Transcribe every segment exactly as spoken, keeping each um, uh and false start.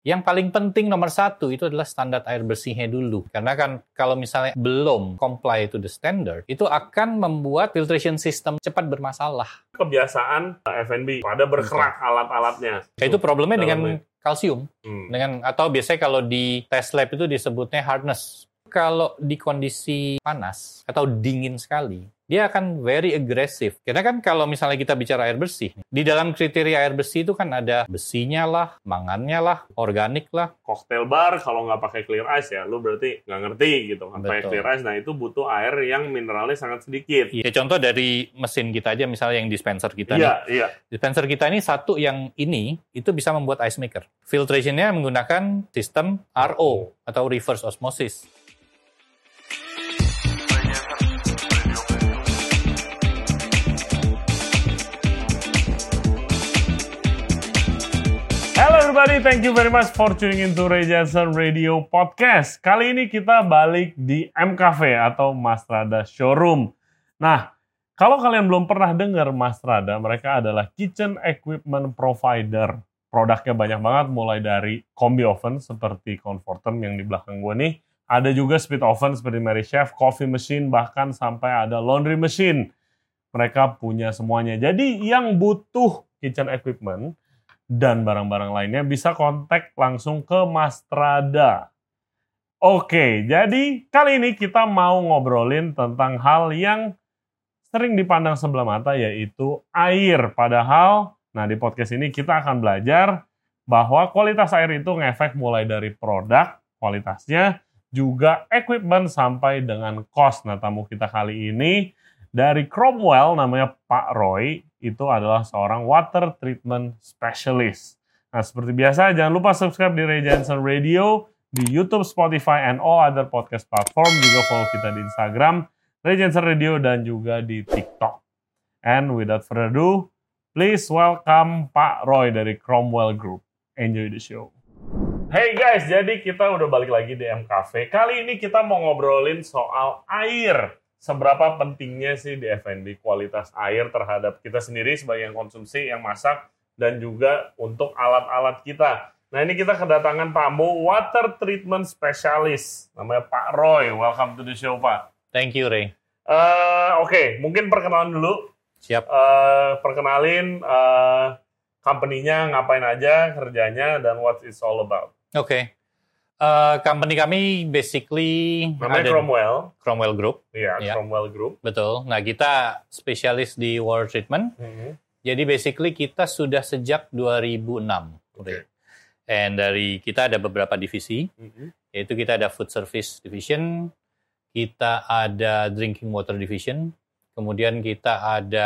Yang paling penting nomor satu itu adalah standar air bersihnya dulu. Karena kan kalau misalnya belum comply to the standard, itu akan membuat filtration system cepat bermasalah. Kebiasaan F and B pada berkerak okay. alat-alatnya. Itu problemnya Dalamnya. dengan kalsium. Hmm. Dengan atau biasanya kalau di test lab itu disebutnya hardness. Kalau di kondisi panas atau dingin sekali, dia akan very aggressive. Karena kan kalau misalnya kita bicara air bersih, di dalam kriteria air bersih itu kan ada besinya lah, mangannya lah, organik lah. Cocktail bar kalau nggak pakai clear ice ya, lu berarti nggak ngerti gitu. Nggak pakai clear ice, nah itu butuh air yang mineralnya sangat sedikit. Ya, contoh dari mesin kita aja, misalnya yang dispenser kita iya, nih. Iya. Dispenser kita ini satu yang ini, itu bisa membuat ice maker. Filtration-nya menggunakan sistem R O atau reverse osmosis. Hello everybody, thank you very much for tuning into Ray Jensen Radio Podcast. Kali ini kita balik di M Cafe atau Mastrada Showroom. Nah, kalau kalian belum pernah dengar Mastrada, mereka adalah kitchen equipment provider. Produknya banyak banget, mulai dari combi oven seperti Comfortum yang di belakang gue nih. Ada juga speed oven seperti Mary Chef, coffee machine, bahkan sampai ada laundry machine. Mereka punya semuanya. Jadi yang butuh kitchen equipment dan barang-barang lainnya bisa kontak langsung ke Mastrada. Oke, jadi kali ini kita mau ngobrolin tentang hal yang sering dipandang sebelah mata, yaitu air. Padahal, nah di podcast ini kita akan belajar bahwa kualitas air itu ngefek mulai dari produk, kualitasnya, juga equipment sampai dengan cost. Nah, tamu kita kali ini dari Cromwell, namanya Pak Roy, itu adalah seorang water treatment specialist. Nah, seperti biasa, jangan lupa subscribe di Ray Jensen Radio, di YouTube, Spotify, and all other podcast platform. Juga follow kita di Instagram, Ray Jensen Radio, dan juga di TikTok. And without further ado, please welcome Pak Roy dari Cromwell Group. Enjoy the show. Hey guys, jadi kita udah balik lagi di M Cafe. Kali ini kita mau ngobrolin soal air. Seberapa pentingnya sih di F and B kualitas air terhadap kita sendiri sebagai yang konsumsi, yang masak, dan juga untuk alat-alat kita. Nah, ini kita kedatangan tamu water treatment specialist, namanya Pak Roy. Welcome to the show, Pak. Thank you, Ray. Uh, Oke, okay. Mungkin perkenalan dulu. Siap. Uh, perkenalin uh, company-nya, ngapain aja kerjanya, dan what it's all about. Oke. Okay. Uh, company kami basically namanya ada Cromwell. Cromwell Group. Iya, ya. Cromwell Group. Betul. Nah, kita spesialis di water treatment. Mm-hmm. Jadi basically kita sudah sejak dua ribu enam. Okay. And dari kita ada beberapa divisi. Mm-hmm. Yaitu kita ada food service division, kita ada drinking water division, kemudian kita ada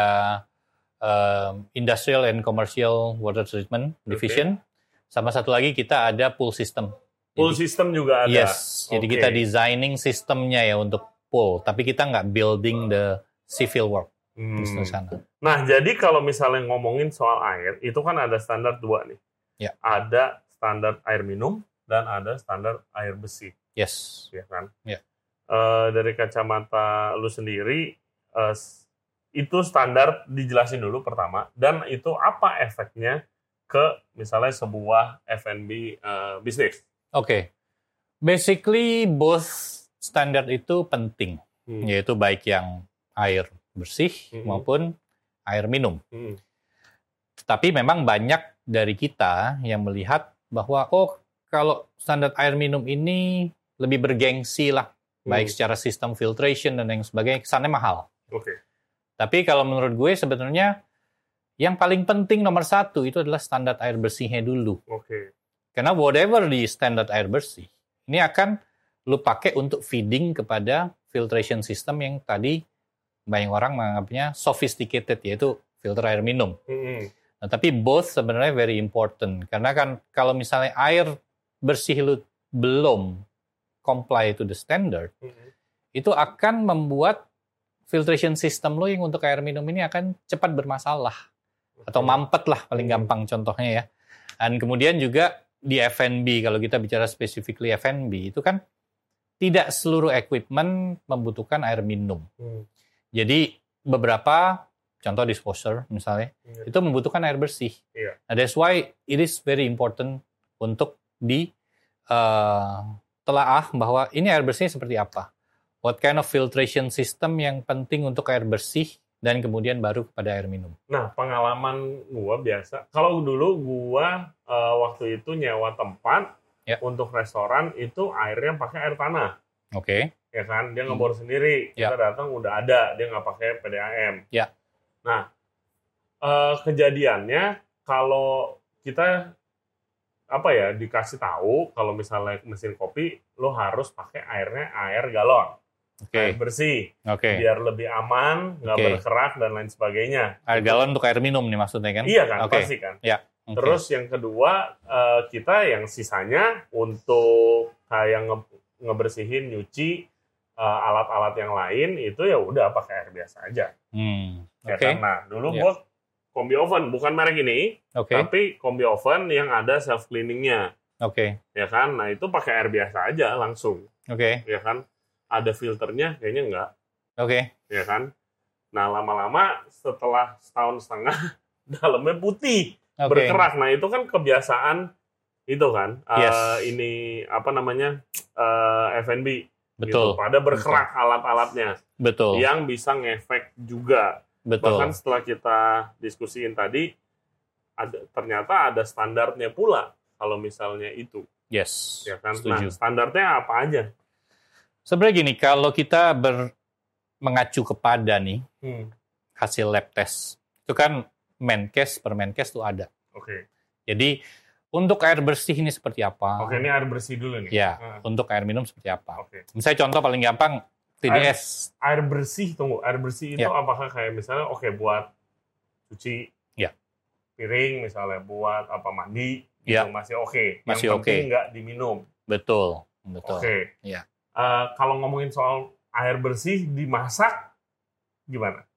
um, industrial and commercial water treatment division, okay. Sama satu lagi kita ada pool system. Pool jadi, system juga ada? Yes, jadi okay. Kita designing sistemnya ya untuk pool, tapi kita nggak building the civil work hmm. di sana. Nah, jadi kalau misalnya ngomongin soal air, itu kan ada standar dua nih. Ya. Ada standar air minum dan ada standar air bersih. Yes. Ya kan? Ya. Uh, dari kacamata lu sendiri, uh, itu standar dijelasin dulu pertama, dan itu apa efeknya ke misalnya sebuah F and B uh, bisnis? Oke, okay. Basically both standard itu penting, hmm. yaitu baik yang air bersih hmm. maupun air minum. Hmm. Tapi memang banyak dari kita yang melihat bahwa oh kalau standar air minum ini lebih bergengsi lah, hmm. baik secara sistem filtration dan yang sebagainya, kesannya mahal. Oke. Okay. Tapi kalau menurut gue sebenarnya yang paling penting nomor satu itu adalah standar air bersihnya dulu. Oke. Okay. Karena whatever di standar air bersih, ini akan lu pakai untuk feeding kepada filtration system yang tadi banyak orang menganggapnya sophisticated, yaitu filter air minum. Mm-hmm. Nah, tapi both sebenarnya very important. Karena kan kalau misalnya air bersih lu belum comply to the standard, mm-hmm. itu akan membuat filtration system lu yang untuk air minum ini akan cepat bermasalah. Okay. Atau mampet lah paling mm-hmm. gampang contohnya ya. Dan kemudian juga di F and B, kalau kita bicara specifically F and B, itu kan tidak seluruh equipment membutuhkan air minum. Hmm. Jadi beberapa, contoh disposer misalnya, yeah. itu membutuhkan air bersih. Yeah. Nah, that's why it is very important untuk di uh, telaah bahwa ini air bersih seperti apa. What kind of filtration system yang penting untuk air bersih, dan kemudian baru kepada air minum. Nah, pengalaman gua biasa, kalau dulu gua uh, waktu itu nyewa tempat ya. Untuk restoran itu airnya pakai air tanah. Oke. Okay. Ya kan, dia ngebor hmm. sendiri. Kita ya. Datang udah ada, dia nggak pakai P D A M. Ya. Nah, uh, kejadiannya kalau kita apa ya dikasih tahu kalau misalnya mesin kopi lo harus pakai airnya air galon. Okay. Air bersih, okay. biar lebih aman, nggak okay. berkerak dan lain sebagainya. Air galon untuk air minum nih maksudnya kan? Iya kan, okay. pasti kan. Ya. Okay. Terus yang kedua, uh, kita yang sisanya untuk kayak nge ngebersihin, nyuci uh, alat-alat yang lain itu ya udah pakai air biasa aja. Hmm. Ya Okay. kan? Nah, dulu yeah. gua kombi oven, bukan merek ini, okay. tapi kombi oven yang ada self cleaningnya. Oke. Okay. Ya kan, nah itu pakai air biasa aja langsung. Oke. Okay. Ya kan. Ada filternya? Kayaknya enggak. Oke. Okay. Ya kan? Nah, lama-lama setelah setahun setengah, dalamnya putih, okay. berkerak. Nah, itu kan kebiasaan itu kan. Yes. Uh, ini, apa namanya, uh, F and B. Betul. Gitu. Pada berkerak Betul. alat-alatnya. Betul. Yang bisa ngefek juga. Betul. Bahkan setelah kita diskusiin tadi, ada, ternyata ada standarnya pula kalau misalnya itu. Yes. Ya kan? Setuju. Nah, standarnya apa aja? Sebenarnya gini, kalau kita ber, mengacu kepada nih hmm. hasil lab test, itu kan Menkes per Menkes itu ada. Oke. Okay. Jadi untuk air bersih ini seperti apa? Oke, okay, ini air bersih dulu nih. Ya, hmm. untuk air minum seperti apa? Oke. Okay. Misalnya contoh paling gampang T D S. Air, air bersih, tunggu, air bersih itu ya. Apakah kayak misalnya oke okay, buat cuci ya. piring misalnya, buat apa mandi, ya. gitu, masih oke. Okay. Masih oke. Yang penting nggak diminum. Betul, betul. Oke. Okay. Ya. Uh, kalau ngomongin soal air bersih dimasak, gimana?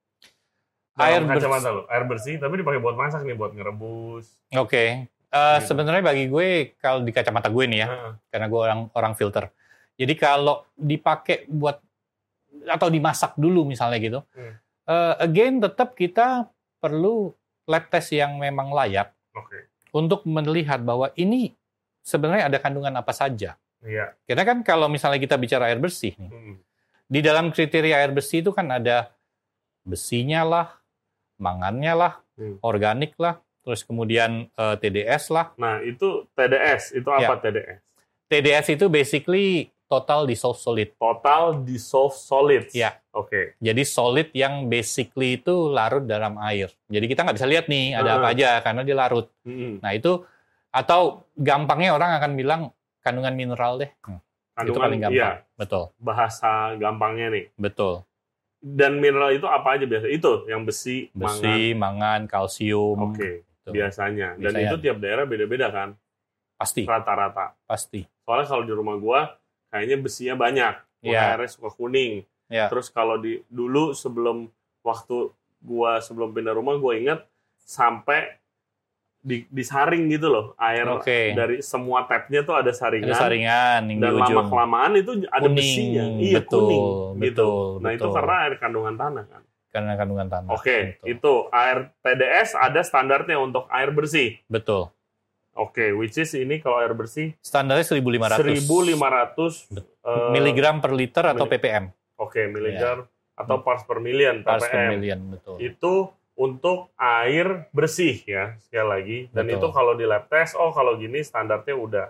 Air kacamata lo, air bersih, tapi dipakai buat masak nih, buat ngerebus. Oke. Okay. Uh, gitu. Sebenarnya bagi gue, kalau di kacamata gue nih ya, uh-uh. karena gue orang orang filter. Jadi kalau dipakai buat atau dimasak dulu misalnya gitu, hmm. uh, again tetap kita perlu lab test yang memang layak okay. untuk melihat bahwa ini sebenarnya ada kandungan apa saja. Iya. Karena kan kalau misalnya kita bicara air bersih nih, hmm. di dalam kriteria air bersih itu kan ada besinya lah, mangannya lah, hmm. organik lah, terus kemudian uh, T D S lah. Nah itu T D S, itu apa ya. T D S? T D S itu basically total dissolved solid. Total dissolved solid. Ya. Oke. Okay. Jadi solid yang basically itu larut dalam air. Jadi kita nggak bisa lihat nih ada uh-huh. apa aja karena dia larut. Uh-huh. Nah itu atau gampangnya orang akan bilang kandungan mineral deh. Hmm. Kandungan, itu paling gampang. Iya. Betul. Bahasa gampangnya nih. Betul. Dan mineral itu apa aja biasa? Itu yang besi, besi, mangan, mangan kalsium. Oke. Okay. Biasanya. Dan Biasanya. itu tiap daerah beda-beda kan? Pasti. Rata-rata. Pasti. Soalnya kalau di rumah gua kayaknya besinya banyak. Yeah. Airnya suka kuning. Yeah. Terus kalau di dulu sebelum waktu gua sebelum pindah rumah gua ingat sampai di, disaring gitu loh air okay. dari semua tapnya tuh ada saringan. Ada saringan yang dan lama kelamaan itu ada kuning, besinya. Iya betul, kuning betul, gitu. Betul, nah betul. itu karena air kandungan tanah kan. Karena kandungan tanah. Oke, okay, itu air T D S ada standarnya untuk air bersih. Betul. Oke, okay, which is ini kalau air bersih standarnya seribu lima ratus. seribu lima ratus uh, miligram per liter atau mili- ppm. Oke, okay, miligram yeah. atau parts per million, parts ppm. per million, betul. Itu untuk air bersih ya, sekali lagi. Dan betul. itu kalau di lab test, oh kalau gini standarnya udah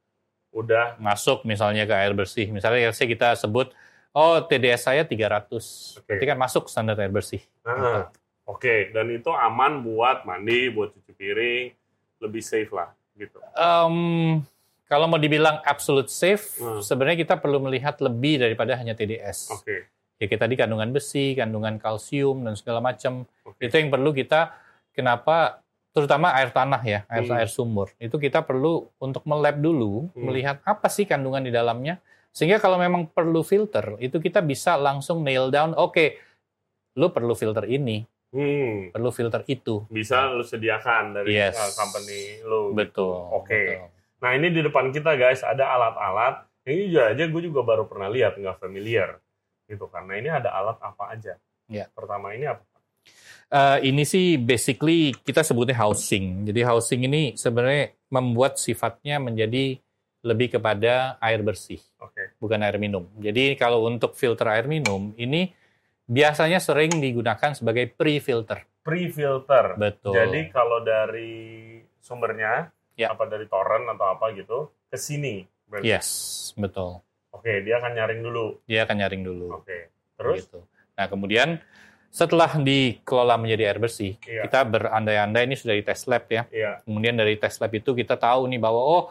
udah masuk misalnya ke air bersih. Misalnya kita sebut oh T D S saya tiga ratus. Okay. Berarti kan masuk standar air bersih. Nah, gitu. Oke, okay. Dan itu aman buat mandi, buat cuci piring, lebih safe lah gitu. Um, kalau mau dibilang absolute safe, hmm. sebenarnya kita perlu melihat lebih daripada hanya T D S. Oke. Okay. Ya kita tadi kandungan besi, kandungan kalsium dan segala macam. Okay. Itu yang perlu kita kenapa terutama air tanah ya, air hmm. air sumur. Itu kita perlu untuk melab dulu, hmm. melihat apa sih kandungan di dalamnya. Sehingga kalau memang perlu filter, itu kita bisa langsung nail down, oke, okay, lu perlu filter ini. Hmm. Perlu filter itu. Bisa lu sediakan dari yes. uh, company lu. Betul. Gitu. Oke. Okay. Nah, ini di depan kita guys ada alat-alat. Ini juga aja gue juga baru pernah lihat, nggak familiar. Gitu karena ini ada alat apa aja. Ya. Pertama ini apa? Uh, ini sih basically kita sebutnya housing. Jadi housing ini sebenarnya membuat sifatnya menjadi lebih kepada air bersih, Oke. bukan air minum. Jadi kalau untuk filter air minum, ini biasanya sering digunakan sebagai pre-filter. Pre-filter. Betul. Jadi kalau dari sumbernya, Ya. apa dari torrent atau apa gitu, ke sini. berarti. Yes, betul. Oke, dia akan nyaring dulu. Dia akan nyaring dulu. Oke. Terus? Gitu. Nah, kemudian setelah dikelola menjadi air bersih, Iya. kita berandai-andai ini sudah di tes lab ya. Iya. Kemudian dari tes lab itu kita tahu nih bahwa oh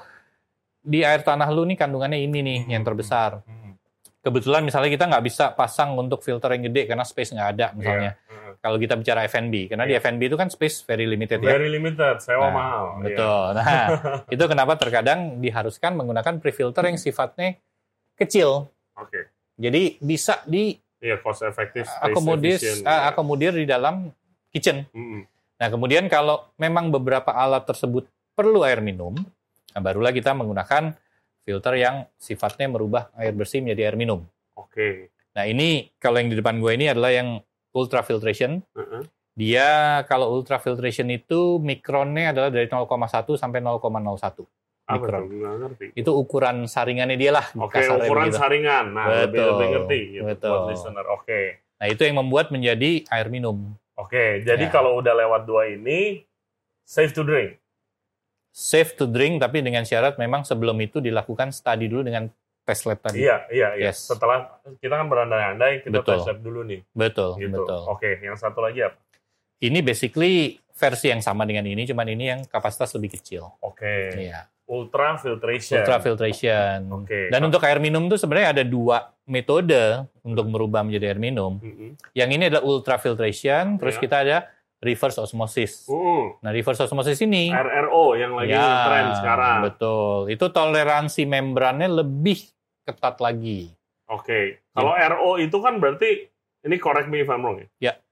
di air tanah lu nih kandungannya ini nih Hmm. yang terbesar. Hmm. Kebetulan misalnya kita nggak bisa pasang untuk filter yang gede karena space nggak ada misalnya. Iya. Hmm. Kalau kita bicara F and B, karena di Iya. F and B itu kan space very limited ya. Very limited, sewa Nah, mahal. Betul. Nah, itu kenapa terkadang diharuskan menggunakan pre-filter yang sifatnya kecil. Iya. Oke. Jadi bisa di Iya, cost effective, space akomodir efficient. uh, akomodir di dalam kitchen. Hmm. Nah, kemudian kalau memang beberapa alat tersebut perlu air minum, nah barulah kita menggunakan filter yang sifatnya merubah air bersih menjadi air minum. Oke. Nah, ini kalau yang di depan gue ini adalah yang ultrafiltration. Uh-uh. Dia kalau ultrafiltration itu mikronnya adalah dari nol koma satu sampai nol koma nol satu. Apa Mikron. tuh? Nggak ngerti. Itu ukuran saringannya dia lah. Oke, kasarnya ukuran begitu. saringan. Nah, lebih, Betul, lebih ngerti. Gitu, betul. buat listener. Oke. Nah, itu yang membuat menjadi air minum. Oke, jadi Ya. kalau udah lewat dua ini, safe to drink. Safe to drink, tapi dengan syarat memang sebelum itu dilakukan study dulu dengan tes lab tadi. Iya, iya, iya. Yes. Setelah kita kan berandai-andai, kita Betul. tes lab dulu nih. Betul, Gitu. betul. Oke, yang satu lagi apa? Ini basically versi yang sama dengan ini, cuman ini yang kapasitas lebih kecil. Oke. Iya. Ultra filtration. Ultrafiltration. Oke. Dan untuk air minum tuh sebenarnya ada dua metode untuk merubah menjadi air minum. Mm-mm. Yang ini adalah ultrafiltration, terus Iya. kita ada reverse osmosis. Uh, Nah, reverse osmosis ini R R O yang lagi ya, ngetren sekarang. betul. Itu toleransi membrannya lebih ketat lagi. Oke. Kalau R O itu kan berarti, ini correct me if I'm wrong ya? Ya.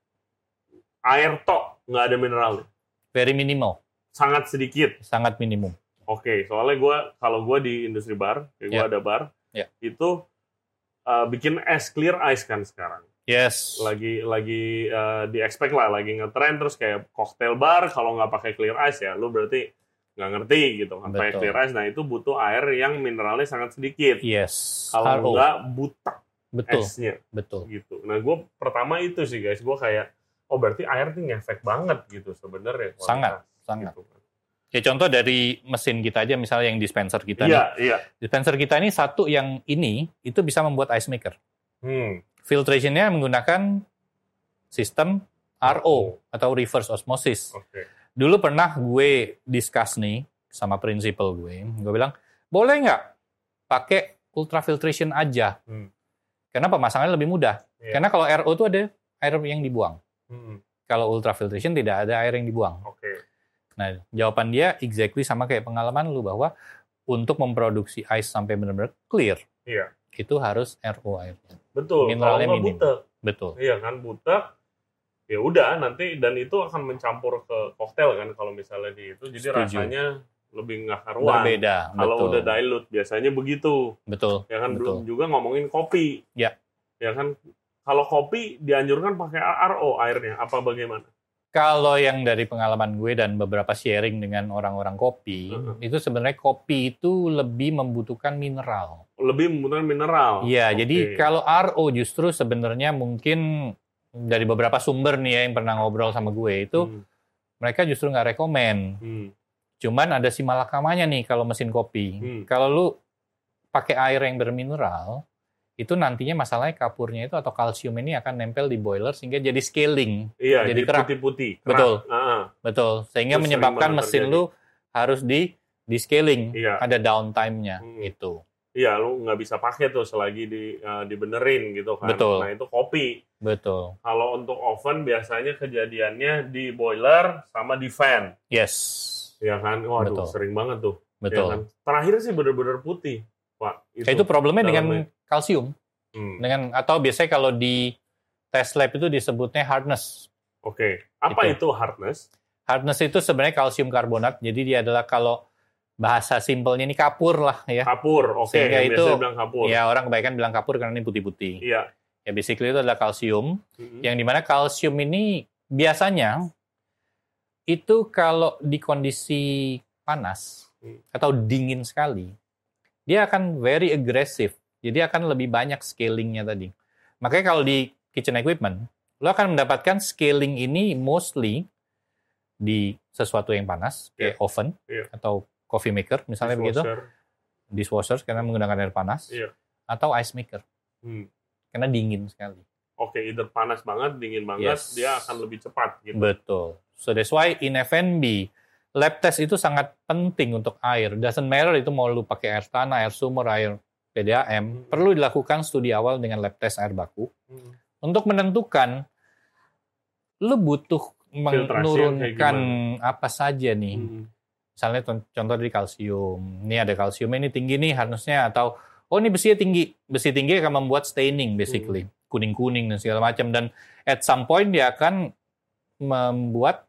Air tok, nggak ada mineral. Very minimal, Sangat sedikit. sangat minimum. Oke, soalnya gue kalau gue di industri bar, kayak gue Ya. ada bar, Ya. itu uh, bikin es clear ice kan sekarang. Yes. Lagi lagi uh, di expect lah, lagi ngetren terus kayak cocktail bar kalau nggak pakai clear ice ya, lu berarti nggak ngerti gitu kan. Pakai Betul. clear ice, nah itu butuh air yang mineralnya sangat sedikit. Yes. R Kalau O. nggak butak Betul, esnya betul. gitu. Nah gue pertama itu sih guys, gue kayak oh berarti air tuh ngefek banget gitu sebenarnya. kualitas, Sangat, sangat. gitu. Ya contoh dari mesin kita aja misalnya yang dispenser kita Iya, nih. iya. Dispenser kita ini satu yang ini itu bisa membuat ice maker. Hmm. Filtration-nya menggunakan sistem R O atau reverse osmosis. Oke. Dulu pernah gue discuss nih sama prinsipal gue. Gue bilang, boleh nggak pakai ultrafiltration aja? Hmm. Karena pemasangannya lebih mudah. Iya. Karena kalau R O itu ada air yang dibuang. Hmm. Kalau ultrafiltration tidak ada air yang dibuang. Oke. Nah, jawaban dia exactly sama kayak pengalaman lu bahwa untuk memproduksi ice sampai benar-benar clear, Iya. itu harus R O airnya. Betul. Kalau Mineralnya nggak minim. butek, Betul. iya kan butek. Ya udah nanti dan itu akan mencampur ke koktail kan kalau misalnya di itu. Jadi Setuju. rasanya lebih nggak karuan. Berbeda. Kalau betul. udah dilute biasanya begitu. Betul. Ya kan Betul. belum juga ngomongin kopi. Ya. Ya kan kalau kopi dianjurkan pakai R O airnya apa bagaimana? Kalau yang dari pengalaman gue dan beberapa sharing dengan orang-orang kopi, Uh-huh. itu sebenarnya kopi itu lebih membutuhkan mineral. Lebih membutuhkan mineral. Iya, Oke. jadi kalau R O justru sebenarnya mungkin dari beberapa sumber nih ya yang pernah ngobrol sama gue itu Hmm. mereka justru nggak rekomen. Hmm. Cuman ada si malakamanya nih kalau mesin kopi. Hmm. Kalau lu pakai air yang bermineral, itu nantinya masalahnya kapurnya itu atau kalsium ini akan nempel di boiler sehingga jadi scaling. Iya, Jadi jadi kerak. putih-putih. kerak. Betul. Ah, Betul. Sehingga Itu sering menyebabkan banget mesin terjadi. lu harus di di scaling. Iya. Ada downtime-nya Hmm. itu. Iya, lu nggak bisa pakai tuh selagi di eh, dibenerin gitu kan. Betul. Nah itu kopi. Betul. Kalau untuk oven biasanya kejadiannya di boiler sama di fan, Yes. ya kan? Waduh, Betul. sering banget tuh. Ya Betul. kan? Terakhir sih bener-bener putih, Pak. Itu, problemnya dengan dalamnya. kalsium. Hmm. Dengan atau biasanya kalau di test lab itu disebutnya hardness. Oke, apa Itu. itu hardness? Hardness itu sebenarnya kalsium karbonat. Jadi dia adalah kalau bahasa simpelnya ini kapur lah ya. Kapur, oke. Sehingga yang itu, biasanya bilang kapur. Ya orang kebanyakan bilang kapur karena ini putih-putih. Iya. Ya basically itu adalah kalsium. Mhm. Yang dimana kalsium ini biasanya itu kalau di kondisi panas Hmm. atau dingin sekali, dia akan very aggressive. Jadi akan lebih banyak scalingnya tadi. Makanya kalau di kitchen equipment, lo akan mendapatkan scaling ini mostly di sesuatu yang panas, kayak Yeah. oven Yeah. atau coffee maker, misalnya begitu. Dishwasher. Dishwasher karena menggunakan air panas, Iya. atau ice maker Hmm. karena dingin sekali. Oke, either panas banget, dingin banget, Yes. dia akan lebih cepat gitu. Betul. So that's why in F and B, lab test itu sangat penting untuk air. Doesn't matter itu mau lu pakai air tanah, air sumur, air P D A M, Hmm. perlu dilakukan studi awal dengan lab test air baku Hmm. untuk menentukan lu butuh menurunkan apa saja nih. Hmm. Misalnya con- contoh dari kalsium. Ini ada kalsium ini tinggi nih harusnya, atau oh ini besinya tinggi. Besi tinggi akan membuat staining basically. Hmm. Kuning-kuning dan segala macam, dan at some point dia akan membuat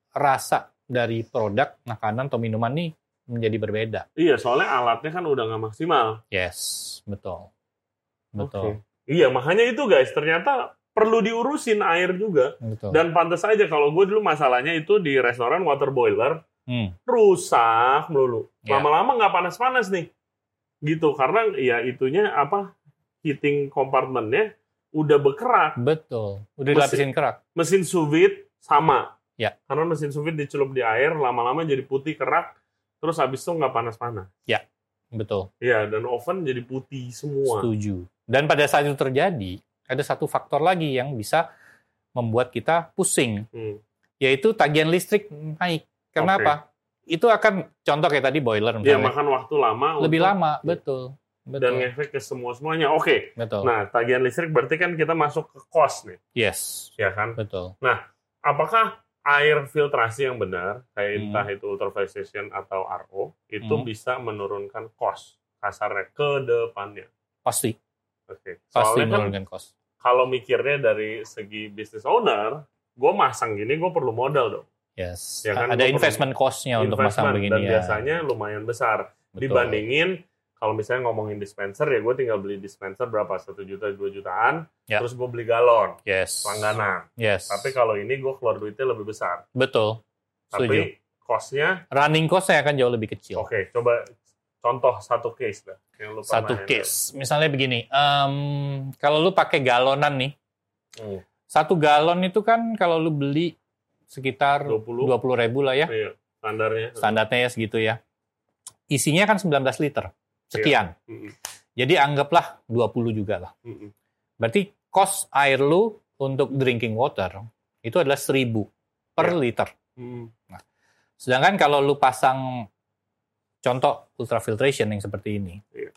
rasa dari produk makanan atau minuman nih menjadi berbeda. Iya, soalnya alatnya kan udah nggak maksimal. Yes, betul. Betul. Oke. Iya, makanya itu guys, ternyata perlu diurusin air juga. Betul. Dan pantas aja kalau gue dulu masalahnya itu di restoran water boiler, Hmm. rusak melulu. Ya. Lama-lama nggak panas-panas nih. Gitu, karena ya itunya apa, heating compartmentnya udah berkerak. Betul. Udah Mesin- dilapisin kerak. Mesin sous vide sama. Ya. Karena mesin sous vide dicelup di air, lama-lama jadi putih kerak, terus habis itu nggak panas-panas. Betul. Iya, dan oven jadi putih semua. Setuju. Dan pada saat itu terjadi, ada satu faktor lagi yang bisa membuat kita pusing, Hmm. yaitu tagihan listrik naik. Karena Oke. apa? Itu akan, contoh kayak tadi boiler Dia misalnya, makan waktu lama lebih untuk- lama, betul. Betul. dan ngefek ke semua-semuanya. Oke. betul. Nah, tagihan listrik berarti kan kita masuk ke cost nih, Yes, ya kan? betul. Apakah air filtrasi yang benar, kayak Hmm. entah itu ultrafiltration atau R O, itu Hmm. bisa menurunkan cost kasarnya ke depannya? Pasti, Oke. pasti Soalnya kan menurunkan cost. kalau mikirnya dari segi business owner, gue masang gini gue perlu modal dong. Yes, Ya kan, ada gua investment cost-nya untuk masang Investment, begini dan ya. biasanya lumayan besar. Betul. Dibandingin kalau misalnya ngomongin dispenser, ya gue tinggal beli dispenser berapa, satu juta, dua jutaan, Ya. terus gue beli galon, Yes, langganan. yes, Tapi kalau ini gue keluar duitnya lebih besar. betul. Setuju. Tapi cost-nya, Running cost-nya akan jauh lebih kecil. oke, coba contoh satu case lah. Yang lu Satu pernah case, misalnya begini, em, kalau lu pakai galonan nih, handle. Hmm, satu galon itu kan kalau lu beli sekitar dua puluh, dua puluh ribu lah ya, iya, standarnya. standarnya ya segitu ya. Isinya kan sembilan belas liter, sekian. Mm-mm, Jadi anggaplah dua puluh juga lah. mm-mm. Berarti cost air lu untuk drinking water itu adalah seribu per Ya. liter. Mm, Sedangkan kalau lu pasang contoh ultrafiltration yang seperti ini, Iya.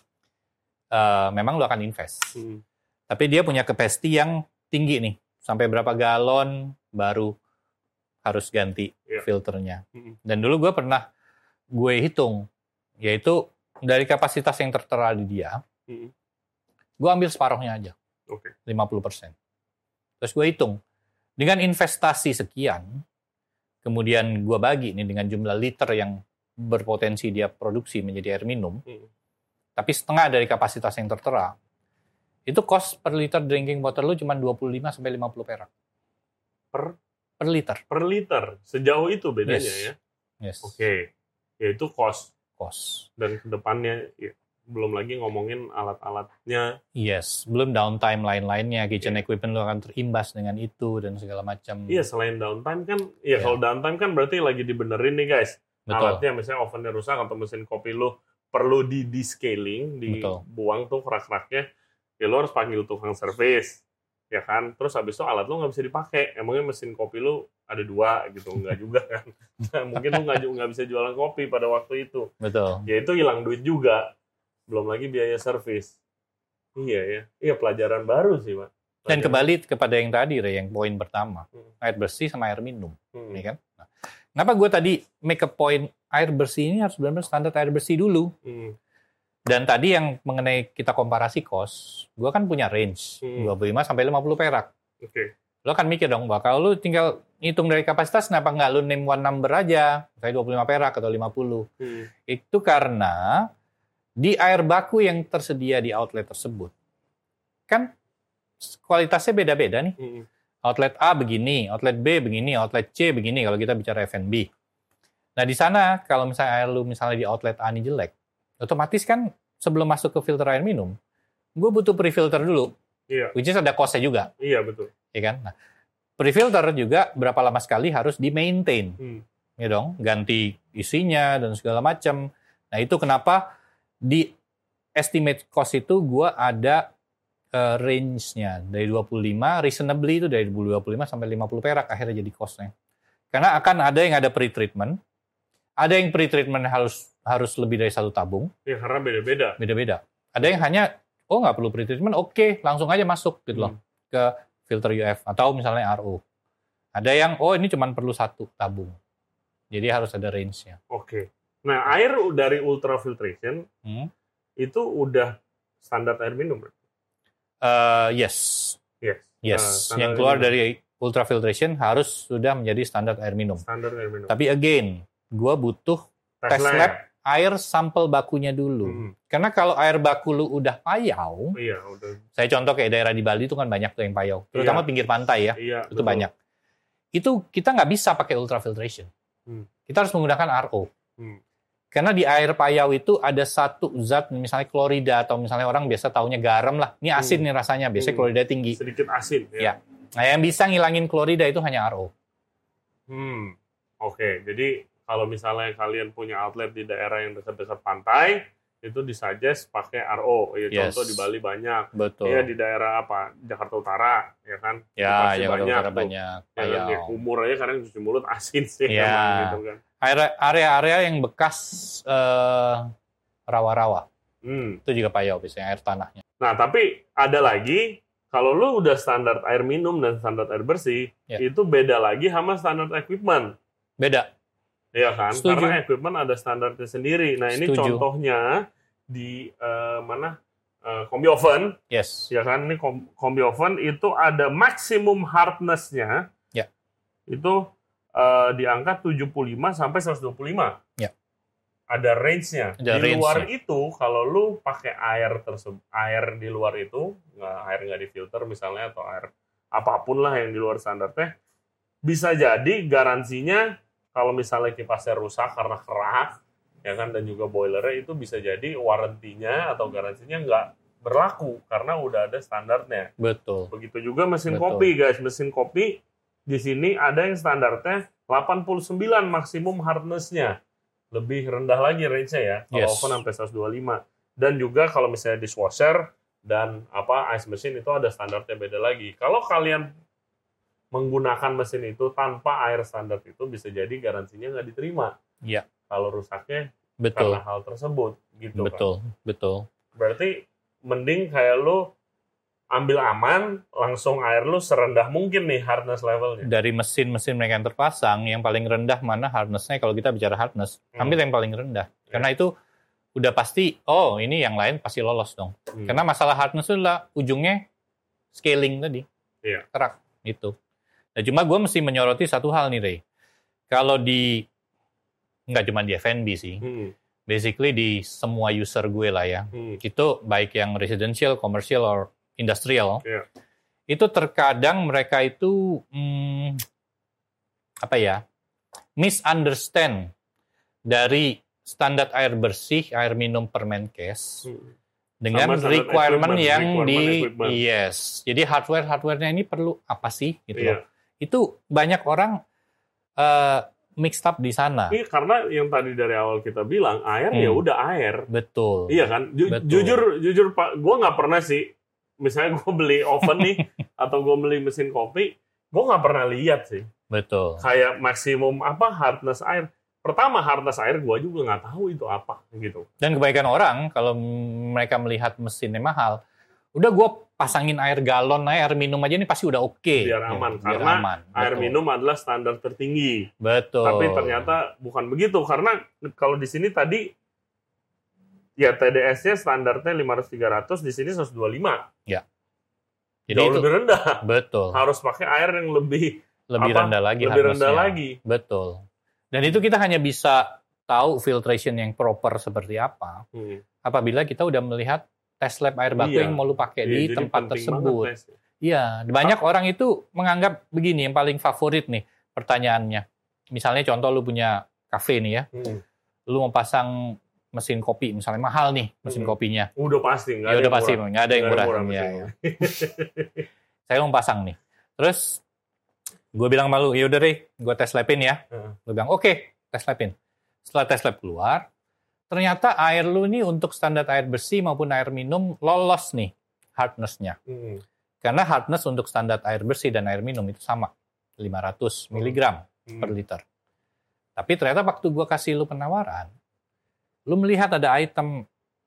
eh, memang lu akan invest. mm. Tapi dia punya capacity yang tinggi nih. Sampai berapa galon baru harus ganti Iya. filternya. Mm-mm. Dan dulu gue pernah gue hitung, yaitu dari kapasitas yang tertera di dia, Mm-mm. gue ambil separuhnya aja, Oke. lima puluh persen. Terus gue hitung, dengan investasi sekian, kemudian gue bagi nih dengan jumlah liter yang berpotensi dia produksi menjadi air minum, Mm. tapi setengah dari kapasitas yang tertera, itu cost per liter drinking water lu cuma dua puluh lima sampai lima puluh perak. Per Per liter. per liter, sejauh itu bedanya Yes. ya. Yes. Oke, yaitu cost. Cost. Dan kedepannya ya, belum lagi ngomongin alat-alatnya. Yes. Belum downtime lain-lainnya. Kitchen Iya. equipment lu akan terimbas dengan itu dan segala macam. Iya, selain downtime kan, ya Iya. kalau downtime kan berarti lagi dibenerin nih guys. Betul. Alatnya misalnya ovennya rusak atau mesin kopi lu perlu di descaling, Betul. dibuang tuh kerak-keraknya. Ya lu harus panggil tukang servis, ya kan? Terus habis itu alat lu nggak bisa dipakai. Emangnya mesin kopi lu ada dua gitu, nggak juga kan? Nah, mungkin lu nggak ju- nggak bisa jualan kopi pada waktu itu. Betul. Ya itu hilang duit juga. Belum lagi biaya servis. Iya ya, iya pelajaran baru sih Pak. Dan Pelajaran- kembali kepada yang tadi, Ray, yang poin pertama. Hmm. Air bersih sama air minum. Hmm. Ya kan? Nah, kenapa gue tadi make a point air bersih ini harus benar-benar standar air bersih dulu. Hmm. Dan tadi yang mengenai kita komparasi cost, gue kan punya range Hmm. dua puluh lima sampai lima puluh perak. Oke. Lo kan mikir dong, bahwa kalau lu tinggal ngitung dari kapasitas, kenapa nggak lu name one number aja, kayak dua puluh lima perak atau lima puluh. Hmm. Itu karena di air baku yang tersedia di outlet tersebut, kan kualitasnya beda-beda nih. Hmm. Outlet A begini, outlet B begini, outlet C begini kalau kita bicara F and B. Nah di sana kalau misalnya air lu misalnya di outlet A ini jelek, otomatis kan sebelum masuk ke filter air minum, gue butuh pre-filter dulu. Iya. Which is ada cost-nya juga. Iya, betul. Ya kan? Nah, pre-filter juga berapa lama sekali harus di-maintain. Hmm. Ya dong, ganti isinya dan segala macam. Nah, itu kenapa di estimate cost itu gue ada uh, range-nya dari dua puluh lima, reasonably itu dari dua puluh lima sampai lima puluh perak akhirnya jadi cost-nya. Karena akan ada yang ada pre-treatment, ada yang pre-treatment harus harus lebih dari satu tabung. Ya, karena beda-beda. Beda-beda. Ada yang hanya, oh nggak perlu pre-treatment, oke, okay, langsung aja masuk gitu loh, hmm. ke filter U F atau misalnya R O. Ada yang, oh ini cuma perlu satu tabung. Jadi harus ada range-nya. Oke. Okay. Nah, air dari ultrafiltration hmm? itu udah standar air minum? Uh, yes. Yes. Yes. Uh, yang keluar dari ultrafiltration harus sudah menjadi standar air minum. Standar air minum. Tapi again, gue butuh tes lab, lab air sampel bakunya dulu. Hmm. Karena kalau air baku lu udah payau, iya, udah. Saya contoh kayak daerah di Bali itu kan banyak tuh yang payau. Terutama iya. pinggir pantai ya, iya, itu betul. banyak. Itu kita nggak bisa pakai ultrafiltration. Hmm. Kita harus menggunakan R O. Hmm. Karena di air payau itu ada satu zat, misalnya klorida, atau misalnya orang biasa taunya garam lah. Ini asin hmm. nih rasanya, biasanya hmm. klorida tinggi. Sedikit asin. Ya. ya. Nah, yang bisa ngilangin klorida itu hanya R O. Hmm, oke. Okay. Jadi kalau misalnya kalian punya outlet di daerah yang dekat-dekat pantai, itu disuggest pakai R O. Ya, yes. Contoh di Bali banyak. Betul. Ya di daerah apa? Jakarta Utara, ya kan? Ya, Jakarta banyak Utara tuh. banyak. Ya, kan? Ya, kumur aja kadang cuci mulut asin sih. Ya. Emang, gitu kan. Area-area yang bekas uh, rawa-rawa. Hmm. Itu juga payau biasanya, air tanahnya. Nah, tapi ada lagi. Kalau lu udah standar air minum dan standar air bersih, ya. Itu beda lagi sama standar equipment. Beda. Iya kan? Setuju. Karena equipment ada standarnya sendiri. Nah, ini Setuju. Contohnya di uh, mana? Uh, combi oven. Yes. Ya kan? Ini combi oven itu ada maksimum hardness-nya. Ya. Itu uh, di angka tujuh puluh lima sampai seratus dua puluh lima. Ya. Ada range-nya. Ada di luar range-nya. itu, kalau lu pakai air tersebut, air di luar itu, nggak, air nggak difilter misalnya, atau air apapun lah yang di luar standarnya, bisa jadi garansinya, kalau misalnya kipasnya rusak karena kerak, ya kan, dan juga boilernya, itu bisa jadi warrantinya atau garansinya nggak berlaku, karena udah ada standarnya. Betul. Begitu juga mesin Betul. kopi, guys. Mesin kopi, di sini ada yang standarnya delapan puluh sembilan maksimum hardness-nya. Lebih rendah lagi range-nya ya, kalau Yes. oven sampai seratus dua puluh lima. Dan juga kalau misalnya dishwasher dan apa ice machine itu ada standarnya beda lagi. Kalau kalian menggunakan mesin itu tanpa air standar itu bisa jadi garansinya nggak diterima. Iya. Kalau rusaknya Betul. karena hal tersebut, gitu Betul, kan. betul. Berarti mending kayak lu ambil aman, langsung air lu serendah mungkin nih hardness levelnya. Dari mesin-mesin mereka yang terpasang, yang paling rendah mana hardness-nya kalau kita bicara hardness, Hmm. ambil yang paling rendah. Ya. Karena itu udah pasti, oh ini yang lain pasti lolos dong. Hmm. Karena masalah hardness itu adalah ujungnya scaling tadi. Iya. Kerak, itu. Nah, cuma gue mesti menyoroti satu hal nih, Ray. Kalau di, nggak cuma di F and B sih, Hmm. basically di semua user gue lah ya, Hmm. itu baik yang residential, commercial, or industrial, Iya. itu terkadang mereka itu hmm, apa ya misunderstand dari standar air bersih, air minum Permenkes Hmm. dengan Sama requirement equipment, yang requirement di equipment. yes. Jadi hardware hardwarenya ini perlu apa sih gitu Iya. loh. Itu banyak orang uh, mixed up di sana. Iya, karena yang tadi dari awal kita bilang air Hmm. ya udah air. Betul. Iya kan? Ju- Betul. Jujur, jujur Pak, gue nggak pernah sih. Misalnya gue beli oven nih, atau gue beli mesin kopi, gue nggak pernah lihat sih. Betul. Kayak maksimum apa hardness air. Pertama hardness air gue juga nggak tahu itu apa gitu. Dan kebanyakan orang kalau mereka melihat mesinnya mahal, udah gue pasangin air galon, air minum aja ini pasti udah oke. Biar Ya, aman. biar Karena aman. air Betul. minum adalah standar tertinggi. Betul. Tapi ternyata bukan begitu. Karena kalau di sini tadi ya T D S-nya standarnya lima ratus tiga ratus, di sini seratus dua puluh lima. Ya. Jadi Jauh itu lebih rendah. betul. Harus pakai air yang lebih Lebih apa? rendah lagi lebih rendah hardness-nya. lagi. Betul. Dan itu kita hanya bisa tahu filtration yang proper seperti apa Hmm. apabila kita udah melihat test lab air baku Iya. yang mau lu pakai Iya, di jadi tempat penting tersebut. banget, Nes. Iya, banyak orang itu menganggap begini, yang paling favorit nih pertanyaannya. Misalnya contoh lu punya kafe nih ya, Hmm. lu mau pasang mesin kopi misalnya mahal nih mesin Hmm. kopinya. Udah pasti, nggak Ya ada udah yang pasti, murah. nggak ada yang Nggak murah. mesin Ya, ya. kopi. Saya mau pasang nih. Terus gue bilang sama lu, yaudah deh, gue tes labin ya. Heeh. Gue bilang, oke, tes labin. Setelah tes lab keluar, ternyata air lu nih untuk standar air bersih maupun air minum lolos nih hardness-nya. Hmm. Karena hardness untuk standar air bersih dan air minum itu sama, lima ratus miligram Hmm. per liter. Tapi ternyata waktu gue kasih lu penawaran, lu melihat ada item,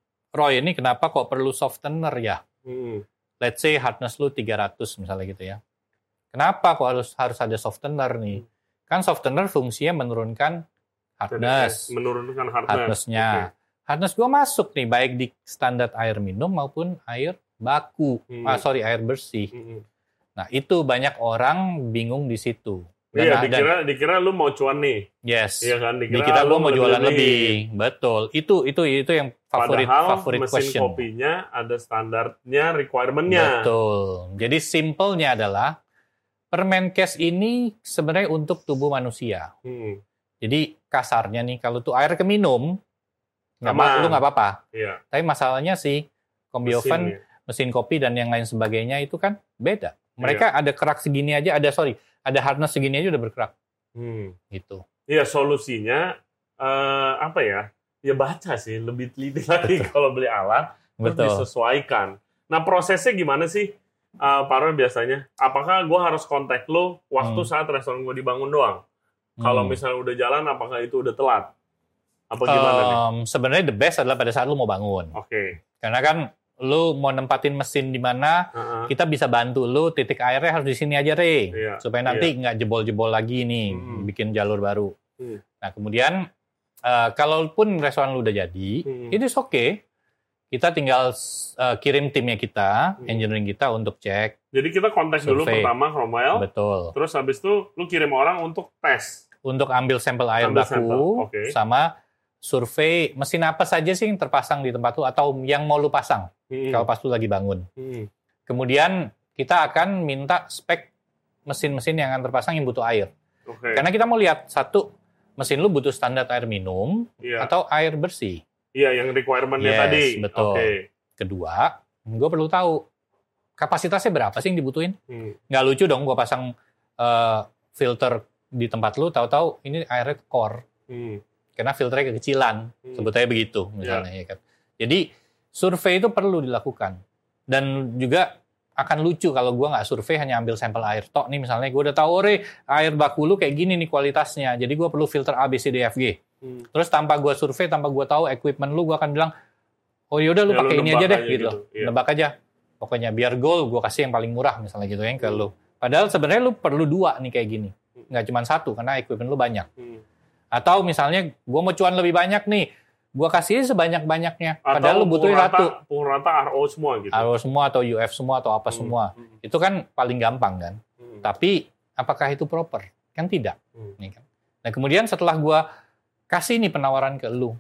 Roy ini kenapa kok perlu softener ya? Hmm. Let's say hardness lu tiga ratus misalnya gitu ya. Kenapa kok harus harus ada softener nih? Kan softener fungsinya menurunkan hardness, Menurunkan hardness. hardness-nya. Oke. Hardness gua masuk nih baik di standar air minum maupun air baku. Hmm. Ah sorry, air bersih. Hmm. Nah, itu banyak orang bingung di situ. Dan- Iya, dan- dikira dikira lu mau cuan nih. yes. Iya kan, dikira, Dikira lu gua mau jualan lebih. lebih. Betul. Itu itu itu yang favorit Padahal favorit mesin question. kopinya ada standarnya, requirement-nya. Betul. Jadi simpelnya adalah Permenkes ini sebenarnya untuk tubuh manusia. Hmm. Jadi kasarnya nih kalau tuh air keminum, nggak Aman. apa, lu nggak apa-apa. Iya. Tapi masalahnya si kombioven, Mesinnya. mesin kopi dan yang lain sebagainya itu kan beda. Mereka ada kerak segini aja, ada sorry, ada hardness segini aja udah berkerak Hmm. gitu. Iya, solusinya eh, apa ya? Ya baca sih, lebih teliti lagi kalau beli alat, terus Betul. disesuaikan. Nah, prosesnya gimana sih, uh, Pak Roy biasanya? Apakah gue harus kontak lo waktu Hmm. saat restoran gue dibangun doang? Kalau Hmm. misalnya udah jalan, apakah itu udah telat? Apa gimana nih? Um, sebenarnya the best adalah pada saat lu mau bangun. Oke. Karena kan lu mau nempatin mesin di mana, Heeh. kita bisa bantu lu titik airnya harus di sini aja, Re. Iya, Supaya nanti nggak jebol-jebol lagi nih, Hmm. bikin jalur baru. Hmm. Nah, kemudian eh, kalaupun restoran lu udah jadi, Hmm. itu oke. Okay. Kita tinggal eh, kirim timnya kita, Hmm. engineering kita untuk cek. Jadi kita kontak dulu Survei. pertama Cromwell, Betul. terus habis itu lu kirim orang untuk tes. Untuk ambil sampel air Ambil baku, sampel, oke. sama survei mesin apa saja sih yang terpasang di tempat lu, atau yang mau lu pasang, Hmm. kalau pas lu lagi bangun. Hmm. Kemudian kita akan minta spek mesin-mesin yang akan terpasang yang butuh air. Oke. Karena kita mau lihat, satu, mesin lu butuh standar air minum Iya. atau air bersih. Iya, yang requirement-nya Yes, tadi. betul. Oke. Kedua, gue perlu tahu kapasitasnya berapa sih yang dibutuhin. Hmm. Nggak lucu dong gue pasang eh, filter di tempat lu, tahu-tahu ini airnya core. Hmm. Karena filternya kekecilan, Hmm. sebetulnya begitu misalnya. Ya kan? Jadi, survei itu perlu dilakukan. Dan juga akan lucu kalau gue nggak survei, hanya ambil sampel air tok nih misalnya, gue udah tahu, ore air baku lu kayak gini nih kualitasnya, jadi gue perlu filter A, B, C, D, F, G. Hmm. Terus tanpa gue survei, tanpa gue tahu equipment lu, gue akan bilang, oh yaudah lu Ya, lu pakai ini nebak aja deh, aja gitu. gitu, iya. Nebak aja. Pokoknya biar goal, gue kasih yang paling murah misalnya gitu yang ke lu. Padahal sebenarnya lu perlu dua nih kayak gini. Nggak cuma satu, karena equipment lu banyak. Hmm. Atau misalnya, gue mau cuan lebih banyak nih, gue kasih sebanyak-banyaknya. Padahal Atau lu butuhin pukul rata, satu. pukul rata R O semua gitu. R O semua atau U F semua atau apa Hmm. semua. Hmm. Itu kan paling gampang kan. Hmm. Tapi apakah itu proper? Kan tidak. Hmm. Nih kan. Nah kemudian setelah gue kasih nih penawaran ke lu,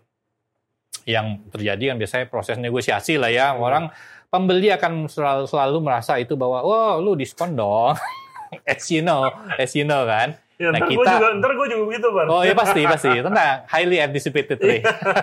yang terjadi kan biasanya proses negosiasi lah ya. Hmm. Orang pembeli akan selalu, selalu merasa itu bahwa, wah lu diskon dong. as you know, as you know kan. Ya, Nah, ntar gue kita- juga, ntar gue juga begitu, Bang. Oh ya pasti, pasti. Tenang, highly anticipated. Ray.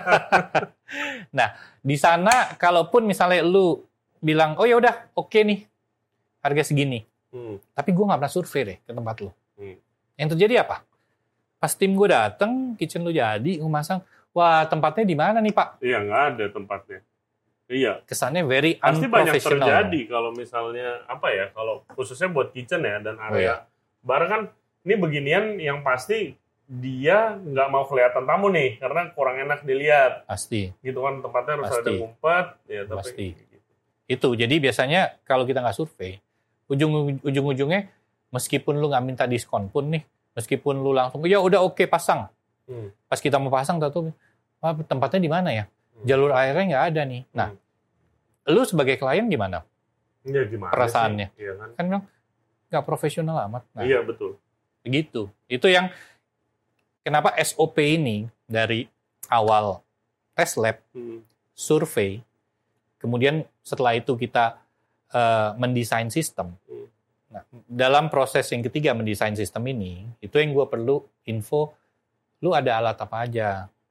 Nah, di sana kalaupun misalnya lu bilang, oh ya udah, oke nih, harga segini. Hmm. Tapi gue nggak pernah survei deh ke tempat lu. Hmm. Yang terjadi apa? Pas tim gue dateng, kitchen lu jadi, gue masang, wah tempatnya di mana nih Pak? Iya, nggak ada tempatnya. Iya. Kesannya very Pasti banyak unprofessional. terjadi kalau misalnya, apa ya, kalau khususnya buat kitchen ya, dan Oh, area. Bar kan, ini beginian yang pasti dia nggak mau kelihatan tamu nih, karena kurang enak dilihat. Pasti, Gitu kan, tempatnya harus Pasti. ada ngumpet. Ya, tapi, Pasti. itu. Jadi biasanya kalau kita nggak survei, ujung ujung-ujungnya meskipun lu nggak minta diskon pun nih, meskipun lu langsung, ya udah oke pasang. Hmm. Pas kita mau pasang, tahu wah tempatnya di mana ya? Hmm. Jalur airnya nggak ada nih. Nah, lu sebagai klien gimana? Ya, gimana Perasaannya. sih? Iya kan? Kan bilang, nggak profesional amat. Nah, Iya, betul. begitu. Itu yang kenapa S O P ini dari awal tes lab, Hmm. survei, kemudian setelah itu kita eh, mendesain sistem. Hmm. Nah, dalam proses yang ketiga mendesain sistem ini, itu yang gue perlu info, lu ada alat apa aja,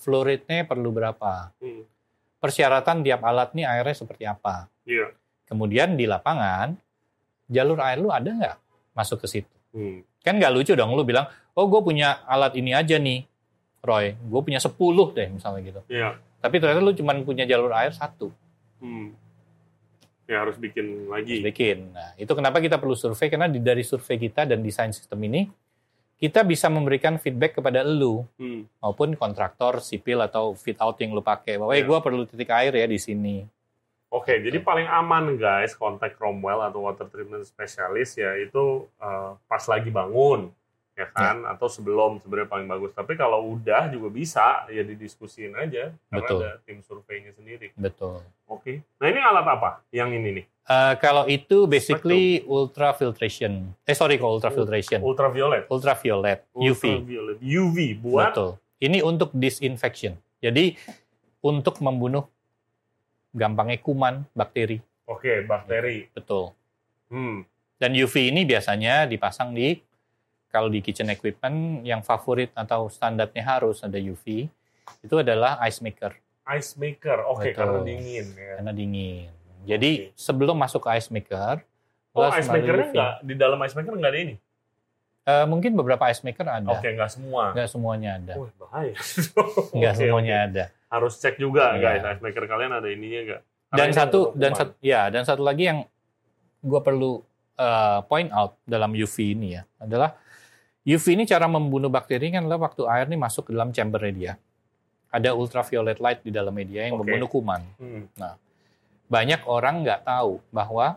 flow rate-nya perlu berapa, Hmm. persyaratan tiap alat nih airnya seperti apa. Iya. Kemudian di lapangan, jalur air lu ada nggak masuk ke situ? Hmm. Kan nggak lucu dong lu bilang, oh gue punya alat ini aja nih, Roy. Gue punya sepuluh deh misalnya gitu. Iya. Tapi ternyata lu cuma punya jalur air satu. Hmm. Ya harus bikin lagi. Harus bikin. Nah, itu kenapa kita perlu survei, karena di, dari survei kita dan desain sistem ini, kita bisa memberikan feedback kepada lu, Hmm. maupun kontraktor, sipil, atau fit out yang lu pakai. Bahwa ya. Iya. gue perlu titik air ya di sini. Oke, jadi paling aman guys kontak Cromwell atau water treatment specialist ya itu uh, pas lagi bangun, ya kan? Atau sebelum sebenarnya paling bagus. Tapi kalau udah juga bisa ya didiskusin aja karena Betul. ada tim surveinya sendiri. Betul. Oke. Nah ini alat apa? Yang ini nih? Uh, kalau itu basically ultrafiltration. Eh sorry, kalau ultrafiltration. Ultraviolet. Ultraviolet, U V. Ultraviolet. U V buat. Betul. Ini untuk disinfection. Jadi untuk membunuh gampangnya kuman, bakteri. Oke, bakteri. Betul. Hmm. Dan U V ini biasanya dipasang di, kalau di kitchen equipment yang favorit atau standarnya harus ada U V, itu adalah ice maker. Ice maker. Oke, Betul. karena dingin ya. Karena dingin. Jadi sebelum masuk ke ice maker, Oh, lo harus ice melalui makernya U V. nggak di dalam ice maker nggak ada ini? Eh, mungkin beberapa ice maker ada. Oke, nggak semua. Nggak semuanya ada. Wah, bahaya. Nggak Oke, semuanya oke. ada. Harus cek juga Iya. guys, ice maker kalian ada ininya nggak? Karena Dan ini satu untuk dan kuman. satu ya dan satu lagi yang gue perlu uh, point out dalam U V ini ya adalah U V ini cara membunuh bakteri kan adalah waktu air ini masuk ke dalam chamber dia. Ada ultraviolet light di dalam media yang Oke. membunuh kuman. Hmm. Banyak orang nggak tahu bahwa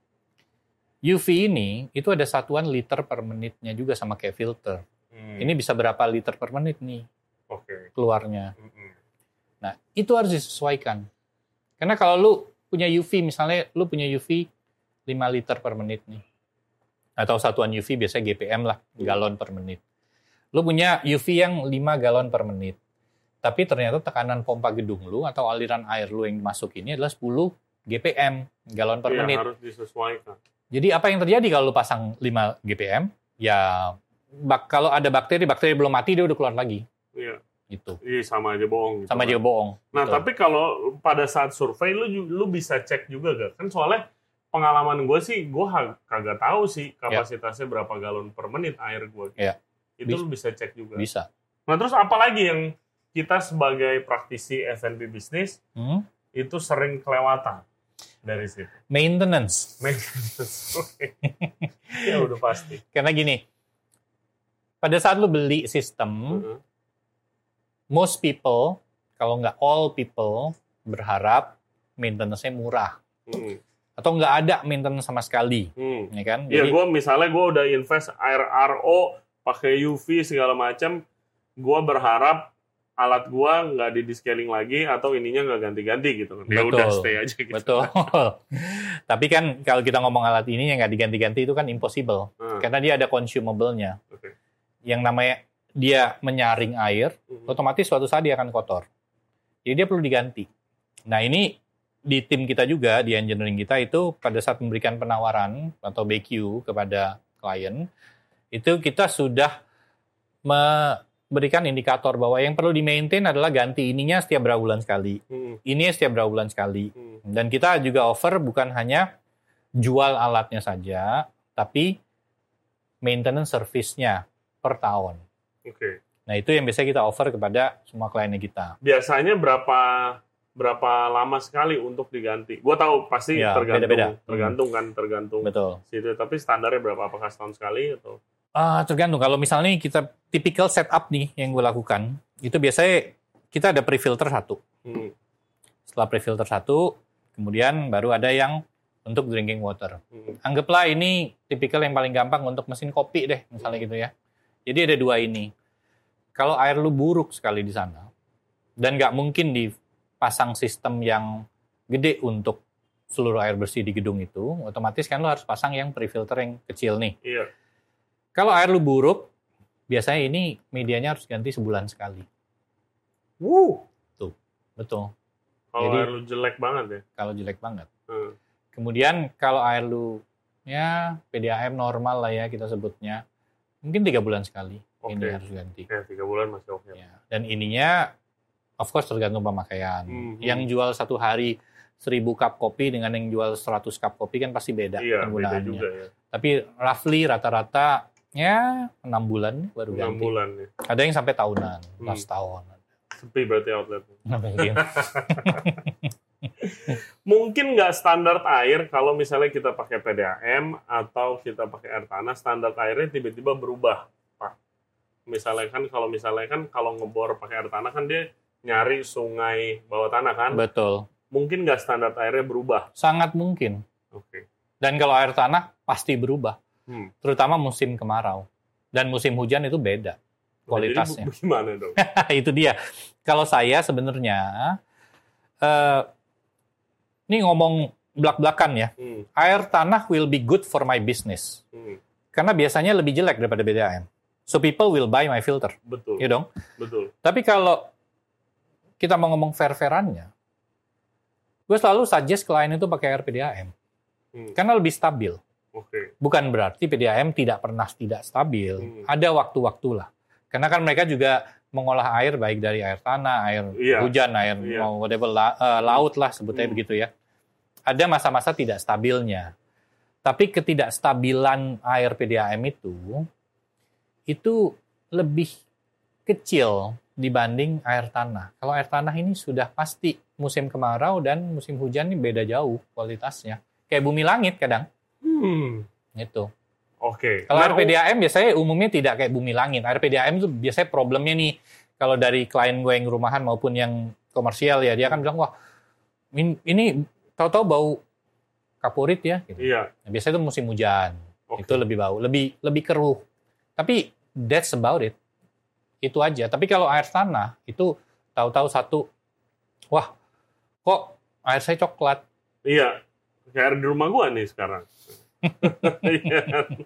U V ini itu ada satuan liter per menitnya juga sama kayak filter. Hmm. Ini bisa berapa liter per menit nih Oke. keluarnya. Mm-mm. Nah, itu harus disesuaikan. Karena kalau lu punya U V, misalnya lu punya U V lima liter per menit nih. Atau satuan U V biasanya G P M lah, galon per menit. Lu punya U V yang lima galon per menit. Tapi ternyata tekanan pompa gedung lu atau aliran air lu yang masuk ini adalah sepuluh G P M, galon per Iya, menit. harus disesuaikan. Jadi apa yang terjadi kalau lu pasang lima G P M? Ya, bak- kalau ada bakteri, bakteri belum mati, dia udah keluar lagi. Iya. Gitu. Iya, sama aja bohong. Gitu Sama kan. aja bohong. Nah, Betul. tapi kalau pada saat survei lu ju- lu bisa cek juga gak? Kan soalnya pengalaman gue sih, gue ha- kagak tahu sih kapasitasnya berapa galon per menit air gue. Ya. Itu Bis- lu bisa cek juga. Bisa. Nah, terus apa lagi yang kita sebagai praktisi F and B bisnis Hmm? itu sering kelewatan dari situ? Maintenance. Maintenance. Oke. Ya udah pasti. Karena gini, pada saat lu beli sistem, Heeh. most people, kalau nggak all people, berharap maintenance-nya murah. Hmm. Atau nggak ada maintenance sama sekali. Hmm. Ya kan? Ya, Jadi, gue misalnya gue udah invest air R O, pakai U V segala macam, gue berharap alat gue nggak di descaling lagi atau ininya nggak ganti-ganti gitu. Ya Betul. udah stay aja gitu. betul. Tapi kan kalau kita ngomong alat ini yang nggak diganti-ganti itu kan impossible. Hmm. Karena dia ada consumable-nya. Oke. Yang namanya dia menyaring air, Hmm. otomatis suatu saat dia akan kotor. Jadi dia perlu diganti. Nah ini di tim kita juga, di engineering kita itu pada saat memberikan penawaran atau B Q kepada klien, itu kita sudah memberikan indikator bahwa yang perlu di-maintain adalah ganti ininya setiap berapa bulan sekali. Hmm. Ini setiap berapa bulan sekali. Hmm. Dan kita juga offer bukan hanya jual alatnya saja, tapi maintenance service-nya per tahun. Oke. Nah itu yang biasanya kita offer kepada semua kliennya kita. Biasanya berapa berapa lama sekali untuk diganti? Gue tahu pasti Ya, tergantung, beda-beda. tergantung kan, tergantung Betul. situ. Tapi standarnya berapa? Apakah setahun sekali atau? Ah, tergantung. Kalau misalnya kita typical setup nih yang gue lakukan, itu biasanya kita ada pre-filter satu. Hmm. Setelah pre-filter satu, kemudian baru ada yang untuk drinking water. Hmm. Anggaplah ini tipikal yang paling gampang untuk mesin kopi deh, misalnya gitu ya. Jadi ada dua ini. Kalau air lu buruk sekali di sana, dan nggak mungkin dipasang sistem yang gede untuk seluruh air bersih di gedung itu, otomatis kan lu harus pasang yang pre-filter yang kecil nih. Iya. Kalau air lu buruk, biasanya ini medianya harus ganti sebulan sekali. Wuh. Betul. Kalau Jadi- air lu jelek banget ya. Kalau jelek banget. Hmm. Kemudian kalau air lu ya P D A M normal lah ya kita sebutnya, mungkin tiga bulan sekali ini Oke. harus ganti. Ya tiga bulan masih oke. Ya. Dan ininya Of course tergantung pemakaian. Hmm. Yang jual satu hari seribu cup kopi dengan yang jual seratus cup kopi kan pasti beda Iya, beda penggunaannya. juga ya. Tapi roughly rata-rata ya enam bulan baru enam ganti. bulan ya. Ada yang sampai tahunan, Hmm. last tahun. Sepi berarti outletnya. Mungkin. Mungkin nggak standar air kalau misalnya kita pakai P D A M atau kita pakai air tanah, standar airnya tiba-tiba berubah, Pak. Misalnya kan kalau misalnya kan kalau ngebor pakai air tanah kan dia nyari sungai bawah tanah kan. Betul. Mungkin nggak standar airnya berubah. Sangat mungkin. Oke. Dan kalau air tanah pasti berubah. Hmm. Terutama musim kemarau. Dan musim hujan itu beda kualitasnya. Nah, jadi gimana dong? Itu dia. Kalau saya sebenarnya, uh, ini ngomong belak-belakan ya, Hmm. air tanah will be good for my business. Hmm. Karena biasanya lebih jelek daripada P D A M. So people will buy my filter. Betul. Ya dong? Betul. Tapi kalau kita mau ngomong fair-fairannya, gue selalu suggest klien itu pakai air P D A M. Hmm. Karena lebih stabil. Oke. Bukan berarti P D A M tidak pernah tidak stabil. Hmm. Ada waktu-waktu lah. Karena kan mereka juga mengolah air baik dari air tanah, air Iya. hujan, air Iya. mau whatever, la- eh, laut lah sebutnya Hmm. begitu ya. Ada masa-masa tidak stabilnya. Tapi ketidakstabilan air P D A M itu itu lebih kecil dibanding air tanah. Kalau air tanah ini sudah pasti musim kemarau dan musim hujan ini beda jauh kualitasnya. Kayak bumi langit kadang. Hmm. Gitu. Oke. Kalau Nah, air P D A M biasanya umumnya tidak kayak bumi langit. Air P D A M itu biasanya problemnya nih, kalau dari klien gue yang rumahan maupun yang komersial ya, dia kan bilang, wah ini, ini tahu-tahu bau kapurit ya. Gitu. Iya. Nah, biasanya itu musim hujan, Oke. itu lebih bau, lebih lebih keruh. Tapi that's about it. Itu aja. Tapi kalau air tanah, itu tahu-tahu satu, wah kok air saya coklat. Iya. Kayak air di rumah gua nih sekarang. Iya.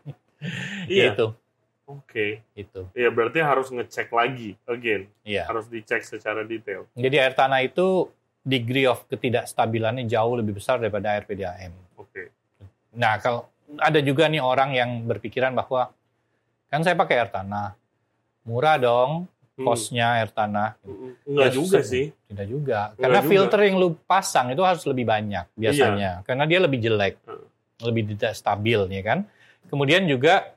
Iya. Itu. Oke. Itu. Iya, berarti harus ngecek lagi again. Iya. Harus dicek secara detail. Jadi air tanah itu degree of ketidakstabilannya jauh lebih besar daripada air P D A M. Oke. Nah, kalau ada juga nih orang yang berpikiran bahwa kan saya pakai air tanah, murah dong Hmm. cost-nya air tanah. Enggak Ya, juga se- sih. Tidak juga. Enggak Karena juga. filter yang lu pasang itu harus lebih banyak biasanya. Karena dia lebih jelek, Hmm. lebih tidak stabil, ya kan. Kemudian juga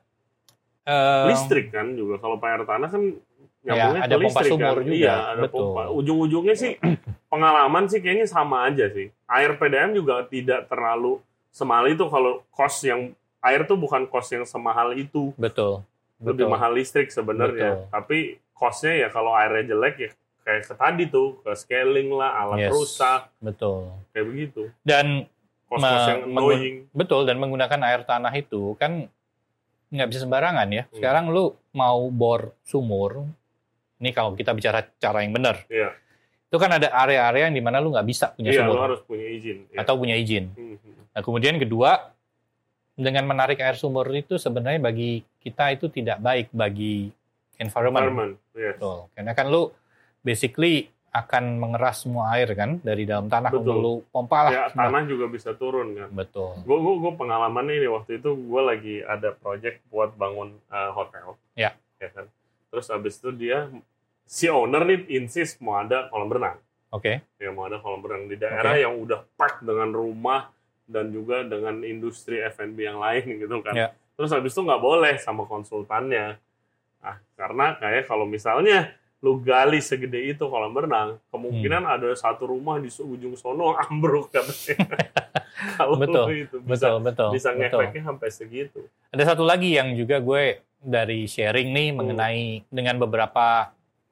eh, Listrik kan juga. Kalau pakai air tanah kan Ya, nyambungnya ada ke pompa listrik sumur kan. juga. Iya, ada Betul. pompa. Ujung-ujungnya sih pengalaman sih kayaknya sama aja sih. Air P D A M juga tidak terlalu semahal itu kalau cost yang air tuh bukan cost yang semahal itu. Betul. Lebih Betul. mahal listrik sebenarnya. Betul. Tapi cost-nya ya kalau airnya jelek ya kayak ke tadi tuh, ke scaling lah, alat Yes. rusak, Betul. kayak begitu. Dan Cost-cost Me- yang annoying. betul, dan menggunakan air tanah itu kan nggak bisa sembarangan ya. Hmm. Sekarang lu mau bor sumur, ini kalau kita bicara cara yang benar, Iya, itu kan ada area-area yang dimana lu nggak bisa punya iya, lo sumur harus punya izin. Iya. atau punya izin. Hmm, hmm. Nah, kemudian kedua, dengan menarik air sumur itu sebenarnya bagi kita itu tidak baik bagi environment. Environment, yes. Betul. Karena kan lu basically akan mengeras semua air kan dari dalam tanah Betul. untuk lu pompa lah. Ya, semua. tanah juga bisa turun kan. Betul. Gue gue gue pengalamannya ini waktu itu gue lagi ada project buat bangun uh, hotel. Ya. Ya kan. Terus abis itu dia si owner nih insist mau ada kolam renang. Oke. Ya mau ada kolam renang di daerah yang udah pack dengan rumah dan juga dengan industri F and B yang lain gitu kan. Ya. Terus abis itu nggak boleh sama konsultannya. Ah, karena kayak kalau misalnya lu gali segede itu kolam renang, kemungkinan Hmm. ada satu rumah di ujung sono ambruk katanya. Kalau Betul, itu bisa Betul, betul. bisa betul. ngefeknya sampai segitu. Ada satu lagi yang juga gue dari sharing nih Hmm. mengenai dengan beberapa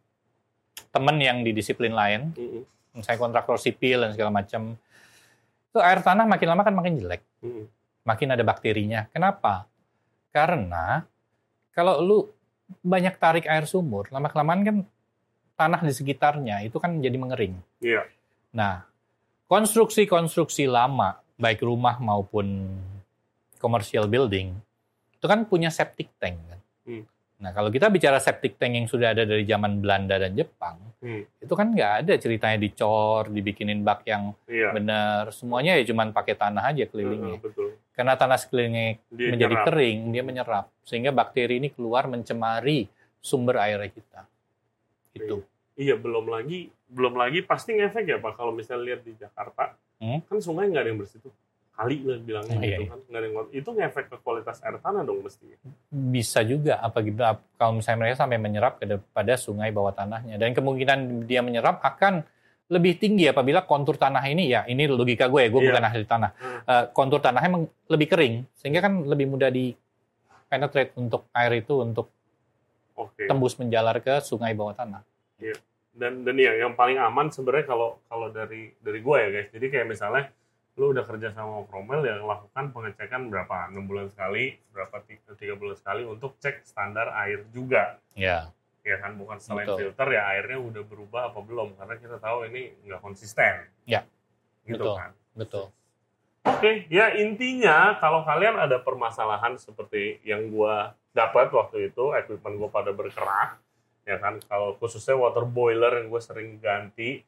temen yang di disiplin lain, Mm-mm. misalnya kontraktor sipil dan segala macam. Itu air tanah makin lama kan makin jelek, Mm-mm. makin ada bakterinya. Kenapa? Karena kalau lu banyak tarik air sumur, lama-kelamaan kan tanah di sekitarnya itu kan jadi mengering. Iya. Nah, konstruksi-konstruksi lama, baik rumah maupun commercial building, itu kan punya septic tank. Kan? Hmm. Nah, kalau kita bicara septic tank yang sudah ada dari zaman Belanda dan Jepang, Hmm. itu kan nggak ada ceritanya dicor, dibikinin bak yang Iya. benar. Semuanya ya cuma pakai tanah aja Heeh, kelilingnya. betul. Karena tanah sekelilingnya Dia menjadi nyerap. kering, dia menyerap. Sehingga bakteri ini keluar mencemari sumber air kita. Itu. Iya, belum lagi, belum lagi pasti ngefek ya Pak. Kalau misalnya lihat di Jakarta, hmm? kan sungai nggak ada yang bersih tuh. Kali lah bilangnya oh, gitu iya. kan. Nggak ada yang, itu ngefek ke kualitas air tanah dong mestinya. Bisa juga, apa gitu, kalau misalnya mereka sampai menyerap kepada sungai bawah tanahnya. Dan kemungkinan dia menyerap akan lebih tinggi apabila kontur tanah ini, ya ini logika gue ya, gue iya. bukan ahli tanah. Hmm. Uh, kontur tanahnya emang lebih kering, sehingga kan lebih mudah di penetrate untuk air itu untuk okay. tembus menjalar ke sungai bawah tanah. Iya. Dan dan ya yang paling aman sebenarnya kalau kalau dari dari gue ya guys. Jadi kayak misalnya lu udah kerja sama Cromwell ya lakukan pengecekan berapa enam bulan sekali, berapa tiga bulan sekali untuk cek standar air juga. Iya. Ya kan bukan selain Betul. filter ya airnya udah berubah apa belum karena kita tahu ini nggak konsisten. Iya. Gitu Betul. kan. Betul. Oke, ya intinya kalau kalian ada permasalahan seperti yang gue dapat waktu itu, equipment gue pada berkerak, ya kan, kalau khususnya water boiler yang gue sering ganti,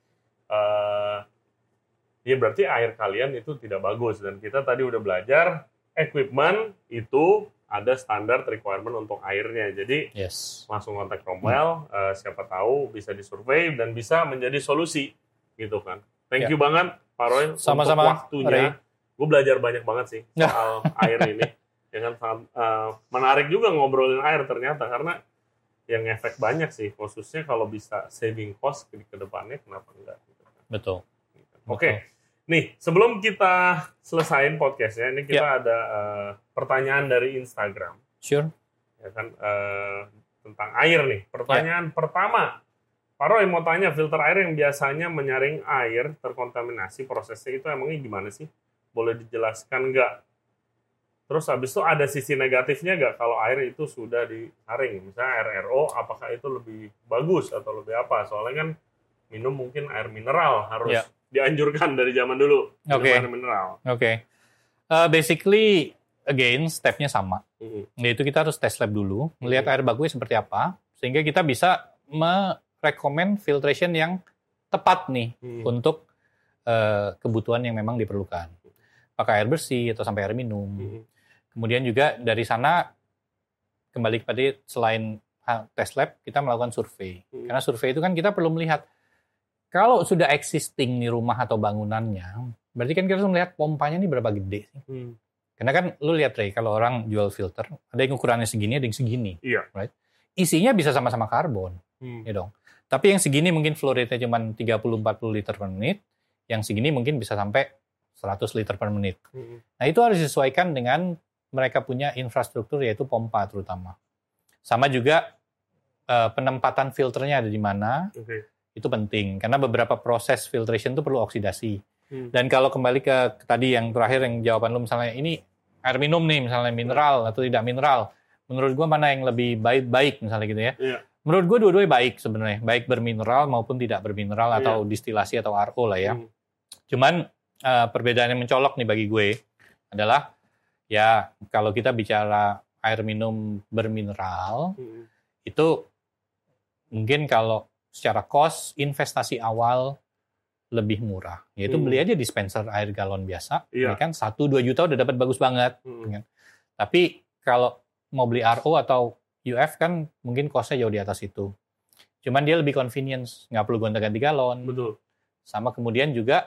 uh, ya berarti air kalian itu tidak bagus. Dan kita tadi udah belajar, equipment itu ada standar requirement untuk airnya. Jadi yes. langsung kontak Cromwell, hmm. uh, siapa tahu bisa disurvey dan bisa menjadi solusi, gitu kan. Thank yeah. you banget, Pak Roy, Sama-sama, untuk waktunya. Ray. Gue belajar banyak banget sih soal air ini. Ya kan sangat uh, menarik juga ngobrolin air ternyata karena yang efek banyak sih khususnya kalau bisa saving cost ke, ke depannya kenapa enggak gitu kan. Betul. Oke. Okay. Nih, sebelum kita selesain podcastnya ini kita yeah. ada uh, pertanyaan dari Instagram. Sure. Ya kan uh, tentang air nih. Pertanyaan yeah. pertama. Pak Roy mau tanya filter air yang biasanya menyaring air terkontaminasi prosesnya itu emangnya gimana sih? Boleh dijelaskan nggak? Terus habis itu ada sisi negatifnya nggak kalau air itu sudah disaring? Misalnya R R O, apakah itu lebih bagus atau lebih apa? Soalnya kan minum mungkin air mineral harus yeah. dianjurkan dari zaman dulu. Minum okay. air mineral. Oke. Okay. Uh, basically, again, step-nya sama. Mm-hmm. Yaitu kita harus tes lab dulu, melihat mm-hmm. air bakunya seperti apa, sehingga kita bisa merekomend filtration yang tepat nih mm-hmm. untuk uh, kebutuhan yang memang diperlukan. Pakai air bersih atau sampai air minum. Hmm. Kemudian juga dari sana kembali kepada selain tes lab kita melakukan survei. Hmm. Karena survei itu kan kita perlu melihat kalau sudah existing di rumah atau bangunannya, berarti kan kita harus melihat pompanya ini berapa gede sih. Hmm. Karena kan lu lihat Ray, kalau orang jual filter, ada yang ukurannya segini, ada yang segini. Iya. Right? Isinya bisa sama-sama karbon. Hmm. Ya dong. Tapi yang segini mungkin flow rate-nya cuma tiga puluh sampai empat puluh liter per menit, yang segini mungkin bisa sampai seratus liter per menit. Mm-hmm. Nah itu harus disesuaikan dengan mereka punya infrastruktur yaitu pompa terutama. Sama juga uh, penempatan filternya ada di mana. Okay. Itu penting karena beberapa proses filtration itu perlu oksidasi. Mm. Dan kalau kembali ke, ke tadi yang terakhir yang jawaban lu misalnya ini air minum nih misalnya mineral atau tidak mineral. Menurut gua mana yang lebih baik-baik misalnya gitu ya. Yeah. Menurut gua dua-duanya baik sebenarnya, baik bermineral maupun tidak bermineral yeah. atau distilasi atau R O lah ya. Mm. Cuman Uh, perbedaan yang mencolok nih bagi gue adalah ya kalau kita bicara air minum bermineral hmm. itu mungkin kalau secara cost investasi awal lebih murah yaitu hmm. beli aja dispenser air galon biasa yeah. kan satu dua juta udah dapat bagus banget hmm. kan? Tapi kalau mau beli R O atau U F kan mungkin costnya jauh di atas itu cuman dia lebih convenience nggak perlu gonta-ganti galon. Betul. Sama kemudian juga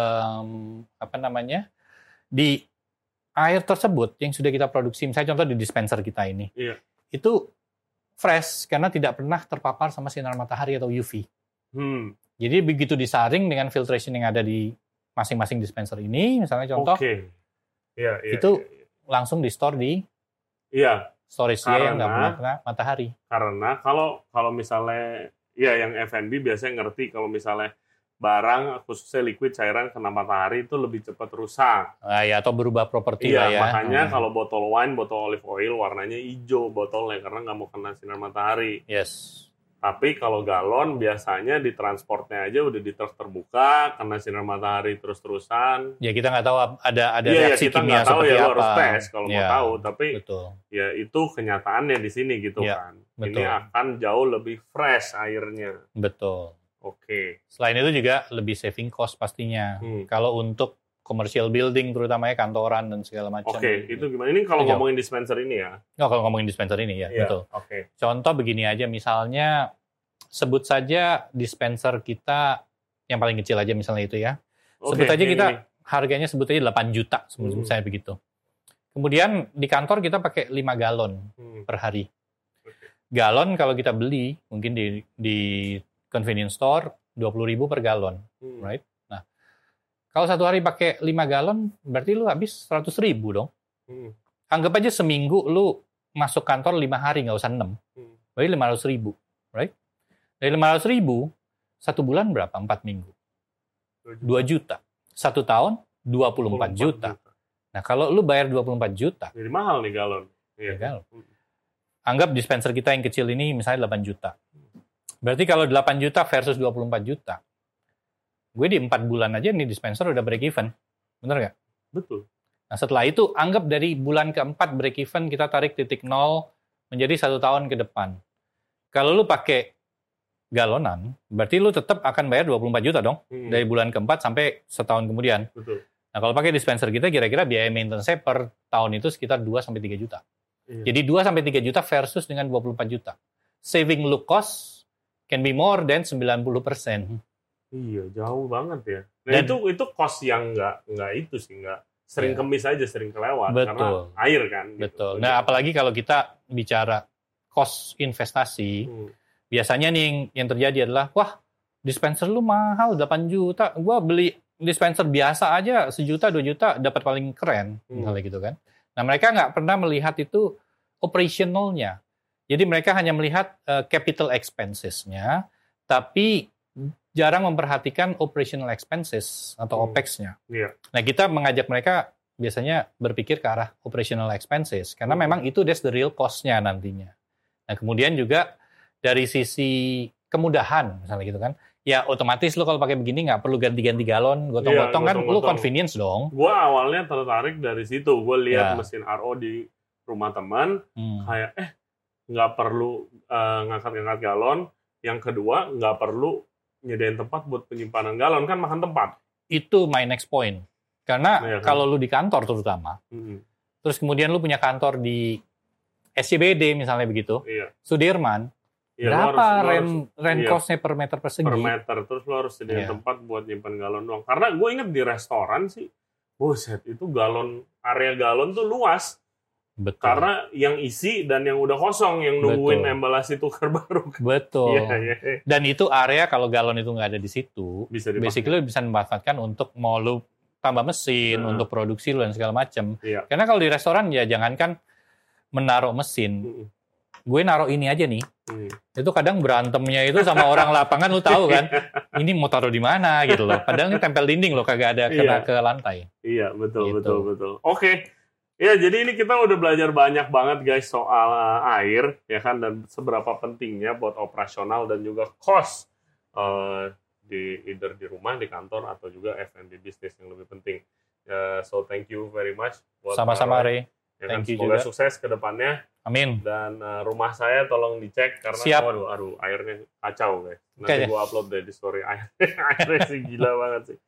Um, apa namanya di air tersebut yang sudah kita produksi, misalnya contoh di dispenser kita ini, iya. itu fresh karena tidak pernah terpapar sama sinar matahari atau U V. Hmm. Jadi begitu disaring dengan filtration yang ada di masing-masing dispenser ini, misalnya contoh, okay. yeah, yeah, itu yeah, yeah. langsung di store di yeah. storage-nya yang nggak pernah kena matahari. Karena kalau kalau misalnya, ya yang F and B biasanya ngerti kalau misalnya barang khususnya liquid cairan kena matahari itu lebih cepat rusak. Ah, ya, atau berubah properti iya, lah ya. Makanya hmm. kalau botol wine, botol olive oil warnanya hijau botolnya karena nggak mau kena sinar matahari. Yes. Tapi kalau galon biasanya di transportnya aja udah di truk terbuka, kena sinar matahari terus-terusan. Ya kita nggak tahu ada ada ya, reaksi ya, kita kimia tahu, seperti ya, apa. Harus tes kalau ya, mau tahu. Tapi betul. Ya itu kenyataannya di sini gitu ya, kan. Betul. Ini akan jauh lebih fresh airnya. Betul. Oke. Okay. Selain itu juga lebih saving cost pastinya. Hmm. Kalau untuk commercial building terutama ya kantoran dan segala macam. Oke, okay. Itu gimana? Ini kalau ngomongin dispenser ini ya? Oh, kalau ngomongin dispenser ini ya, yeah. betul. Oke. Okay. Contoh begini aja, misalnya sebut saja dispenser kita yang paling kecil aja misalnya itu ya. Sebut Oke, aja ini, kita ini. harganya sebut aja delapan juta, Hmm. misalnya begitu. Kemudian di kantor kita pakai lima galon Hmm. per hari. Galon kalau kita beli mungkin di di convenience store dua puluh ribu per galon, Hmm. right? Nah, kalau satu hari pakai lima galon berarti lu habis seratus ribu dong. Hmm. Anggap aja seminggu lu masuk kantor lima hari, nggak usah enam. Hmm. Berarti lima ratus ribu, right? Dari lima ratus ribu, satu bulan berapa? empat minggu. dua juta. Satu tahun, dua puluh empat juta. Nah, kalau lu bayar dua puluh empat juta, Jadi mahal nih galon. Iya. galon. Anggap dispenser kita yang kecil ini misalnya delapan juta. Berarti kalau delapan juta versus dua puluh empat juta, gue di empat bulan aja nih dispenser udah break even. Bener nggak? Betul. Nah, setelah itu, anggap dari bulan keempat break even, kita tarik titik nol menjadi satu tahun ke depan. Kalau lu pakai galonan, berarti lu tetap akan bayar dua puluh empat juta dong, Hmm. dari bulan keempat sampai setahun kemudian. Betul. Nah, kalau pakai dispenser kita, kira-kira biaya maintenance per tahun itu sekitar dua sampai tiga juta. Iya. Jadi dua sampai tiga juta versus dengan dua puluh empat juta. Saving lu cost can be more than sembilan puluh persen. Iya, jauh banget ya. Nah, Dan- itu itu cost yang nggak nggak itu sih, nggak sering Iya. kemis aja, sering kelewat Betul. karena air kan. gitu. Betul. Nah, apalagi kalau kita bicara cost investasi, Hmm. biasanya nih yang, yang terjadi adalah, wah, dispenser lu mahal delapan juta. Gua beli dispenser biasa aja sejuta, dua juta dapat paling keren, Hmm. misalnya gitu kan. Nah, mereka nggak pernah melihat itu operationalnya. Jadi mereka hanya melihat uh, capital expenses-nya, tapi jarang memperhatikan operational expenses atau Hmm. O P E X-nya. Iya. Nah, kita mengajak mereka biasanya berpikir ke arah operational expenses, karena Hmm. memang itu that's the real cost-nya nantinya. Nah, kemudian juga dari sisi kemudahan, misalnya gitu kan, ya otomatis lo kalau pakai begini nggak perlu ganti-ganti galon, gotong-gotong Iya, kan, lo gotong-gotong. convenience dong. Gue awalnya tertarik dari situ. Gue lihat Ya. mesin R O di rumah teman, Hmm. kayak eh nggak perlu eh, ngangkat-ngangkat galon. Yang kedua, nggak perlu nyediain tempat buat penyimpanan galon, kan makan tempat. Itu my next point. Karena Iya kan? kalau lu di kantor terutama, Hmm. terus kemudian lu punya kantor di S C B D misalnya begitu, Iya. Sudirman, Iya, lo berapa harus- lo rent harus- rent iya. cost-nya per meter persegi? per meter, terus lo harus sediain Iya. tempat buat nyimpan galon doang. Karena gue inget di restoran sih, buset, itu galon, area galon tuh luas. Betul. Karena yang isi dan yang udah kosong, yang nungguin Betul. emballasi tukar baru. Betul. Iya, iya, iya. Dan itu area kalau galon itu nggak ada di situ, Bisa dipakai. basically lu bisa memanfaatkan untuk mau lu tambah mesin, Hmm. untuk produksi lu dan segala macam. Iya. Karena kalau di restoran ya jangankan menaruh mesin, Mm, gue naruh ini aja nih. mm. Itu kadang berantemnya itu sama orang lapangan, lu tahu kan? Ini mau taruh di mana gitu loh. Padahal ini tempel dinding loh, kagak ada kena Iya. ke lantai. Iya, betul, Gitu. betul, betul. Oke. Ya, jadi ini kita udah belajar banyak banget guys soal uh, air, ya kan, dan seberapa pentingnya buat operasional dan juga cost uh, di either di rumah, di kantor, atau juga F and B bisnis yang lebih penting. Uh, so, thank you very much. buat Sama-sama, Roy. Ray. Ya kan, Thank you semoga juga. sukses ke depannya. Amin. Dan uh, rumah saya tolong dicek karena Siap. waduh, aduh, airnya kacau guys. Nanti Oke. gua upload deh di story air. Airnya sih gila banget sih.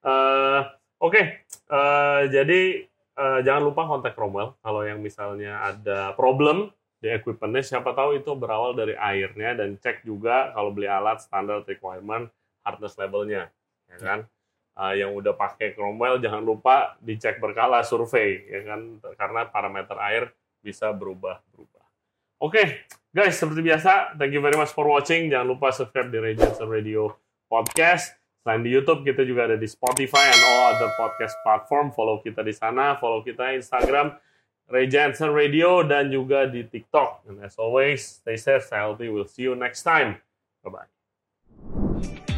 Uh, Oke, uh, jadi uh, jangan lupa kontak Cromwell kalau yang misalnya ada problem di equipment-nya. Siapa tahu itu berawal dari airnya, dan cek juga kalau beli alat standar requirement hardness levelnya, ya kan? Uh, yang udah pakai Cromwell jangan lupa dicek berkala, survei, ya kan? Karena parameter air bisa berubah-berubah. Oke, guys, seperti biasa, thank you very much for watching. Jangan lupa subscribe di Ray Jensen Radio Podcast. Selain di YouTube, kita juga ada di Spotify and all other podcast platform. Follow kita di sana, follow kita Instagram Ray Jensen Radio, dan juga di TikTok. And as always, stay safe, stay healthy. We'll see you next time. Bye-bye.